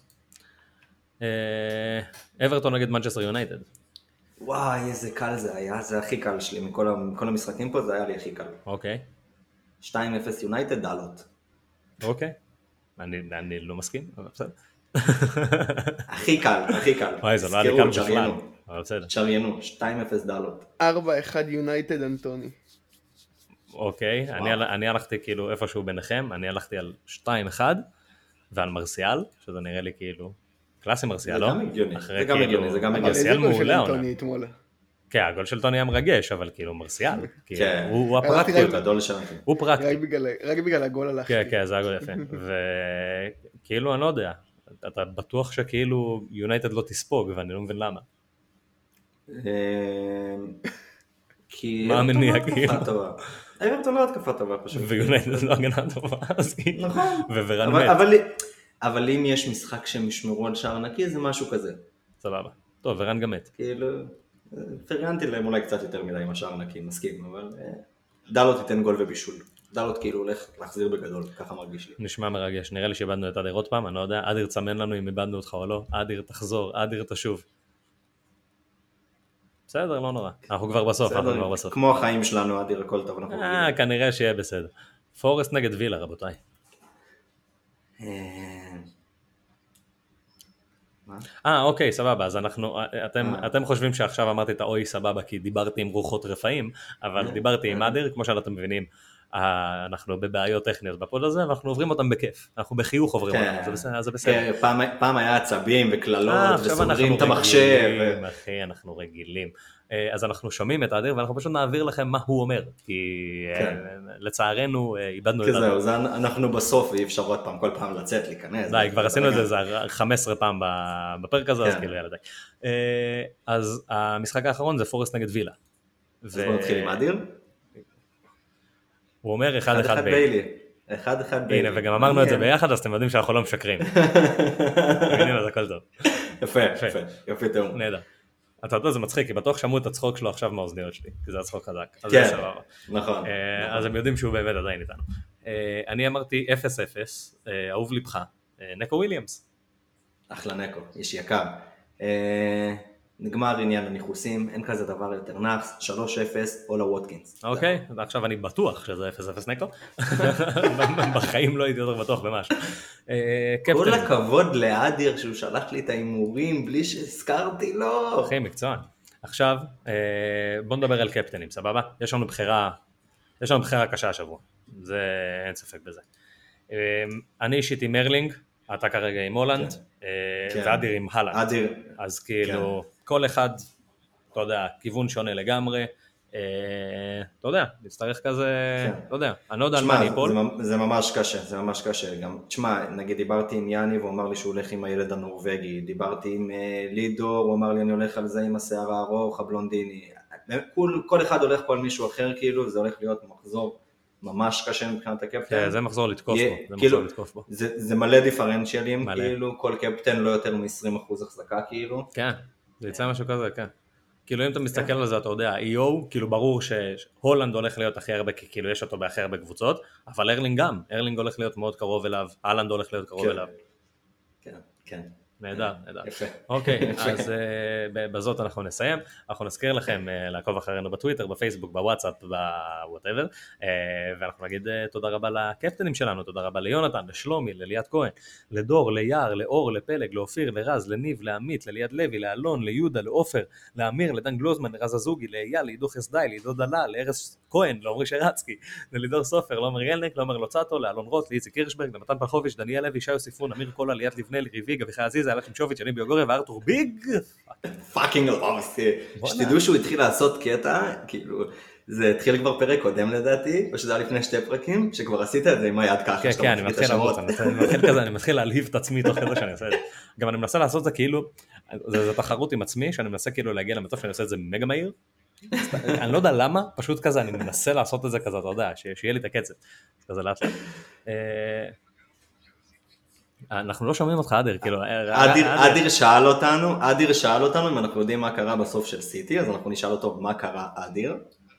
אברטון נגד מנצ'סטר יונייטד. וואי, איזה קל זה היה, זה הכי קל שלי, מכל המשחקים פה זה היה לי הכי קל. אוקיי. 2-0 יונייטד דלות. אוקיי. אני לא מסכים, אבל בסדר. הכי קל, הכי קל. וואי, זה לא היה לי קל בכלל. אבל בסדר. שריינו, 2-0 דלות. 4-1 יונייטד אנטוני. אוקיי, אני הלכתי כאילו איפשהו ביניכם, אני הלכתי על 2-1 ועל מרסיאל, שזה נראה לי כאילו קלאסי מרסיאל, לא? זה גם הגיוני, זה גם הגיוני, זה גם הגיוני. מרסיאל מעולה עונה. אנטוני אתמול. כן, הגול של טוני היה מרגש, אבל כאילו מרסיאל, כן. הוא הפרקטיות, גדול שלנו. הוא פרקטי. רק בגלל הגול הלכתי. כן, כן, זה הגול יפה. וכאילו, אני לא יודע, אתה בטוח שכאילו יונייטד לא תספוג, ואני לא מבין למה. כי מה המניע, אברטון לא התקפה טובה פשוט. ויונייטד לא הגנה טובה, אז כאילו, נכון. וורן מת. אבל אם יש משחק שהם ישמרו על שער נקי, זה משהו כזה. סבבה. טוב, ורן גם מת. כאילו, פרגנתי להם אולי קצת יותר מדי עם השער נקי, מסכים, אבל דלות ייתן גול ובישול. דלות כאילו הולך להחזיר בגדול, ככה מרגיש לי. נשמע מרגש, נראה לי שאיבדנו את אדיר עוד פעם, אני לא יודע, אדיר צמן לנו אם איבדנו אותך או לא, אדיר תחזור, אדיר תשוב. בסדר, לא נורא, אנחנו כבר בסוף, כמו החיים שלנו, אדיר, הכל טוב, אנחנו רגילים. כנראה שיהיה בסדר. פורסט נגד וילה, רבותיי. אוקיי, סבבה, אז אתם חושבים שעכשיו אמרתי את האוי סבבה כי דיברתי עם רוחות רפאים, אבל דיברתי עם אדיר, כמו שאתם מבינים, אנחנו בבעיות טכניות בפוד הזה, ואנחנו עוברים אותם בכיף, אנחנו בחיוך עוברים אותם, זה בסדר. פעם היה עצבים וקללות, וסוגרים את המחשב. אחי, אנחנו רגילים. אז אנחנו שומעים את אדיר, ואנחנו פשוט נעביר לכם מה הוא אומר, כי לצערנו איבדנו את אדיר. כזהו, זה אנחנו בסוף, ואי אפשר עוד פעם, כל פעם לצאת, להיכנס. די, כבר עשינו את זה 15 פעם בפרק הזה, אז כאילו יאללה די. אז המשחק האחרון זה פורסט נגד וילה. אז בוא נתחיל עם אדיר. הוא אומר 1-1 ביילי. 1-1 ביילי. הנה, וגם אמרנו את זה ביחד, אז אתם יודעים שאנחנו לא משקרים. מבינים, אז הכל טוב. יפה תאום. נהדר. אתה יודע, זה מצחיק, כי בטוח שמעו את הצחוק שלו עכשיו מהאוזניות שלי, כי זה הצחוק חזק. כן, נכון. אז הם יודעים שהוא באמת עדיין איתנו. אני אמרתי 0-0, אהוב לבך, נקו וויליאמס. אחלה נקו, איש יקר. נגמר עניין הניחוסים, אין כזה דבר יותר נאחס, 3-0 או לווטקינס. אוקיי, עכשיו אני בטוח שזה 0-0 נקו. בחיים לא הייתי יותר בטוח במשהו. כל הכבוד לאדיר שהוא שלח לי את האימורים בלי שהזכרתי לו. אחי, מקצוען. עכשיו, בוא נדבר על קפטנים, סבבה? יש לנו בחירה קשה השבוע. זה, אין ספק בזה. אני אישית עם מרלינג, אתה כרגע עם הולנד, ואדיר עם הלנד. אז כאילו, כל אחד, אתה יודע, כיוון שונה לגמרי, אתה יודע, נצטרך כזה, אתה יודע, אני לא יודע על מה אני אפול. זה ממש קשה, גם, תשמע, נגיד דיברתי עם יאני, והוא אמר לי שהוא הולך עם הילד הנורווגי, דיברתי עם לידור, הוא אמר לי אני הולך על זה עם השיער הארוך, הבלונדיני, כל אחד הולך פה על מישהו אחר, כאילו, זה הולך להיות מחזור ממש קשה מבחינת הקפטן. כן, זה מחזור לתקוף בו. זה מלא דיפרנציאלים, כאילו, כל קפטן לא יותר מ-20% החזקה, כאילו. כן, זה יצא משהו כזה, כן. כאילו אם אתה מסתכל על זה, אתה יודע, EO, כאילו ברור שהולנד הולך להיות הכי הרבה, כי כאילו יש אותו בהכי הרבה קבוצות, אבל ארלינג גם, ארלינג הולך להיות מאוד קרוב אליו, הלנד הולך להיות קרוב אליו. כן, כן. נהדר. יפה. אוקיי, אז בזאת אנחנו נסיים. אנחנו נזכיר לכם לעקוב אחרינו בטוויטר, בפייסבוק, בוואטסאפ, בוואטאבר, ואנחנו נגיד תודה רבה לקפטנים שלנו, תודה רבה ליונתן, לשלומי, לליאת כהן, לדור, ליער, לאור, לפלג, לאופיר, לרז, לניב, לעמית, לליד לוי, לאלון, ליהודה, לאופר, לאמיר, לדן גלוזמן, לרז הזוגי, לאייל, לעידו חסדאי, לעידו דלה, לארז כהן, לעומרי שרצקי, ללידור סופר, לעומר ילניק, לעומר לוצאטו, לאלון רוט, לאיציק קירשברג, למתן פרחוביץ', דניאל לוי, שי יוסיפון, אמיר קולה, ליאת לבנה, לריביג, אביחי עזיזה, אלך שמשוביץ', אני ביוגוריה וארתור ביג. פאקינג אלוהים, שתדעו שהוא התחיל לעשות קטע, כאילו, זה התחיל כבר פרק קודם לדעתי, או שזה היה לפני 2 פרקים, שכבר עשית את זה עם היד ככה. כן, אני מתחיל לרוץ, אני מתחיל להלהיב את עצמי תוך כדי שאני עושה את זה. גם אני מנסה לעשות את זה כאילו, זו תחרות עם עצמי, שאני מנסה כאילו להגיע למצב שאני עושה את זה מגה מהיר. אני לא יודע למה, פשוט כזה, אני מנסה לעשות את זה כזה, אתה יודע, שיהיה לי את הקצב. כזה לאט לאט. אנחנו לא שומעים אותך, אדיר, כאילו... אדיר שאל אותנו אם אנחנו יודעים מה קרה בסוף של סיטי, אז אנחנו נשאל אותו מה קרה, אדיר.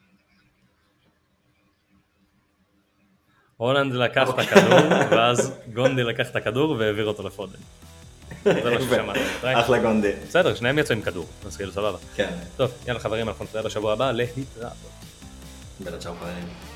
הולנד לקח את הכדור, ואז גונדי לקח את הכדור והעביר אותו לפודן. זה מה ששמענו. אחלה גונדי. בסדר, שניהם יצאו עם כדור, אז כאילו סבבה. כן. טוב, יאללה חברים, אנחנו נתראה בשבוע הבא, להתראות. צ'או חברים.